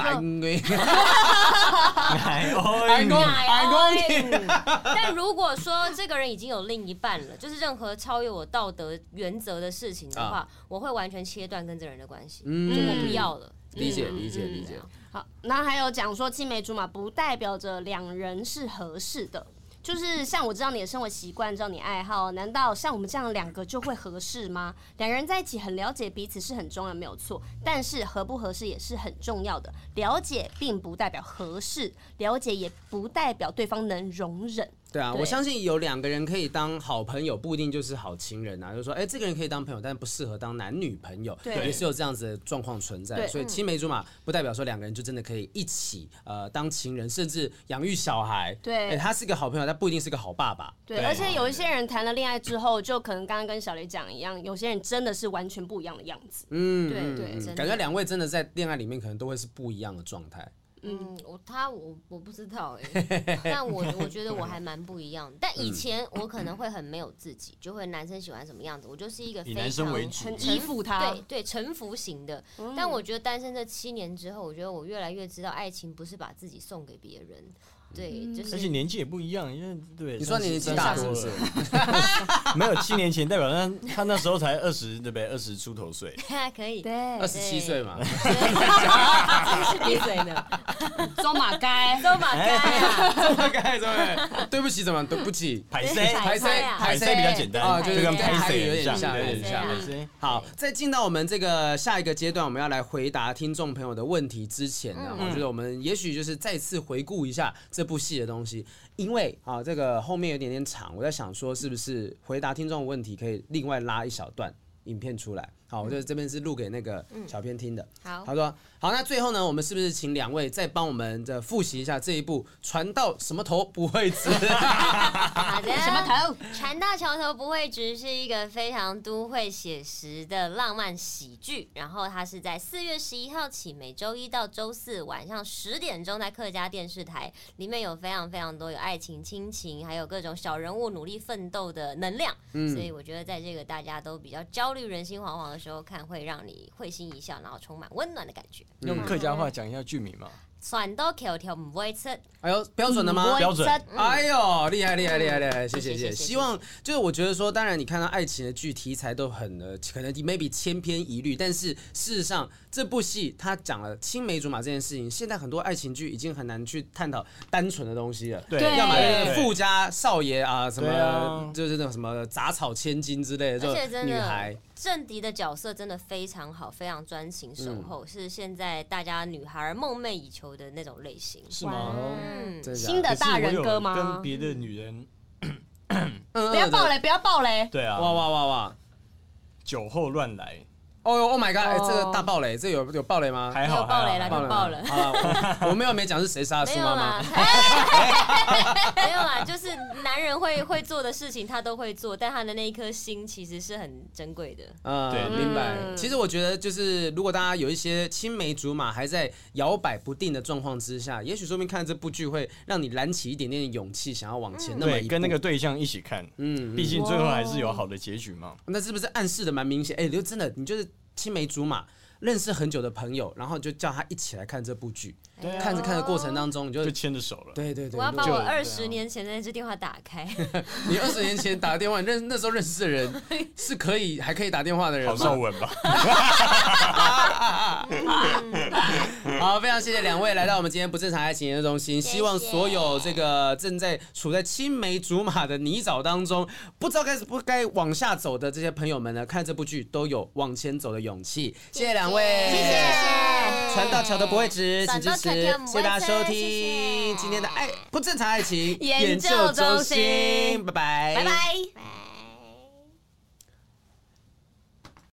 但如果说这个人已经有另一半了，就是任何超越我道德原则的事情的话，啊、我会完全切断跟这个人的关系，嗯，就我不要了。
理解理解理解。
好，那还有讲说青梅竹马不代表着两人是合适的。就是像我知道你的生活习惯，知道你爱好，难道像我们这样两个就会合适吗？两个人在一起很了解彼此是很重要的，没有错。但是合不合适也是很重要的。了解并不代表合适，了解也不代表对方能容忍。
对啊，对，我相信有两个人可以当好朋友，不一定就是好情人啊。就是说，哎、欸，这个人可以当朋友，但不适合当男女朋友，也是有这样子的状况存在。所以青梅竹马不代表说两个人就真的可以一起呃当情人，甚至养育小孩。
对，
欸、他是个好朋友，但不一定是个好爸爸。
对，而且有一些人谈了恋爱之后，就可能刚刚跟小雷讲一样，有些人真的是完全不一样的样子。
嗯，
对对，
嗯、感觉两位真的在恋爱里面可能都会是不一样的状态。
嗯，我他我我不知道哎、欸，但我我觉得我还蛮不一样的。但以前我可能会很没有自己，就会男生喜欢什么样子，我就是一个非常
很依附他，
对对，臣服型的。嗯、但我觉得单身这七年之后，我觉得我越来越知道，爱情不是把自己送给别人。对，就是
而且年纪也不一样，因为对，
你说年纪大是不是？
没有七年前代表他他那时候才二十，对不对？二十出头岁，
可以，
对，
二十七岁嘛，
是几岁呢？
走马街，
走马街啊，
走马街，对，对不起，怎么对不起？
排塞，
排塞，
排塞比较简单
啊，就是
跟
排塞
有
点像，有点像。好，在进到我们这个下一个阶段，我们要来回答听众朋友的问题之前呢，我觉得我们也许就是再次回顾一下这部戏的东西，因为啊，这个后面有点点长，我在想说，是不是回答听众的问题可以另外拉一小段影片出来？好，我觉得这边是录给那个小编听的。
好，
他说好，那最后呢，我们是不是请两位再帮我们的复习一下这一部《船到什么头不会直》？
好的，
什么头？
船到桥头不会直是一个非常都会写实的浪漫喜剧，然后它是在四月十一号起，每周一到周四晚上十点钟在客家电视台，里面有非常非常多有爱情、亲情，还有各种小人物努力奋斗的能量。嗯，所以我觉得在这个大家都比较焦虑、人心惶惶的时候看，会让你会心一笑，然后充满温暖的感觉。
用客家话讲一下剧名嘛。
船到桥头不会出，
哎呦，标准的吗？
标准。
哎呦，厉害厉害厉害厉害！谢谢谢谢。希望就是我觉得说，当然你看到爱情的剧题材都很呃，可能 maybe 千篇一律，但是事实上这部戏它讲了青梅竹马这件事情，现在很多爱情剧已经很难去探讨单纯的东西了。
对，
要么就是富家少爷啊，什么就是那种什么杂草千金之类的这种女孩。
郑迪的角色真的非常好，非常专情守候，嗯、是现在大家女孩梦寐以求的那种类型。
是吗？
嗯，
新的大人哥吗？
跟别的女人，
不要爆雷，不要爆雷。
对啊，
哇哇哇哇，
酒后乱来。
哦呦 ，Oh my god！ 哎、欸，这个大爆雷，这有有爆雷吗？
还好，
有爆雷了，就爆了。
好了，我没有没讲是谁杀苏妈妈。
没有啦，就是男人会会做的事情，他都会做，但他的那一颗心其实是很珍贵的。
嗯，对，明白。其实我觉得，就是如果大家有一些青梅竹马还在摇摆不定的状况之下，也许说明看这部剧会让你燃起一点点的勇气，想要往前那么一步。
对，跟那个对象一起看。嗯，毕竟最后还是有好的结局嘛。
那是不是暗示的蛮明显？哎、欸，真的，你就是青梅竹马。认识很久的朋友，然后就叫他一起来看这部剧。
啊、
看着看着过程当中，你就
就牵着手了。
对对对，
我要把我二十年前的那支电话打开。
你二十年前打电话，认那时候认识的人是可以还可以打电话的人吗？
郝邵文吧。
好，非常谢谢两位来到我们今天不正常爱情研究中心。
谢谢，
希望所有这个正在处在青梅竹马的泥沼当中，不知道该不该往下走的这些朋友们呢，看这部剧都有往前走的勇气。谢谢两位，
谢谢。
船到桥头不会直，请支持，谢谢大家收听今天的爱不正常爱情研究中心，拜拜，
拜拜。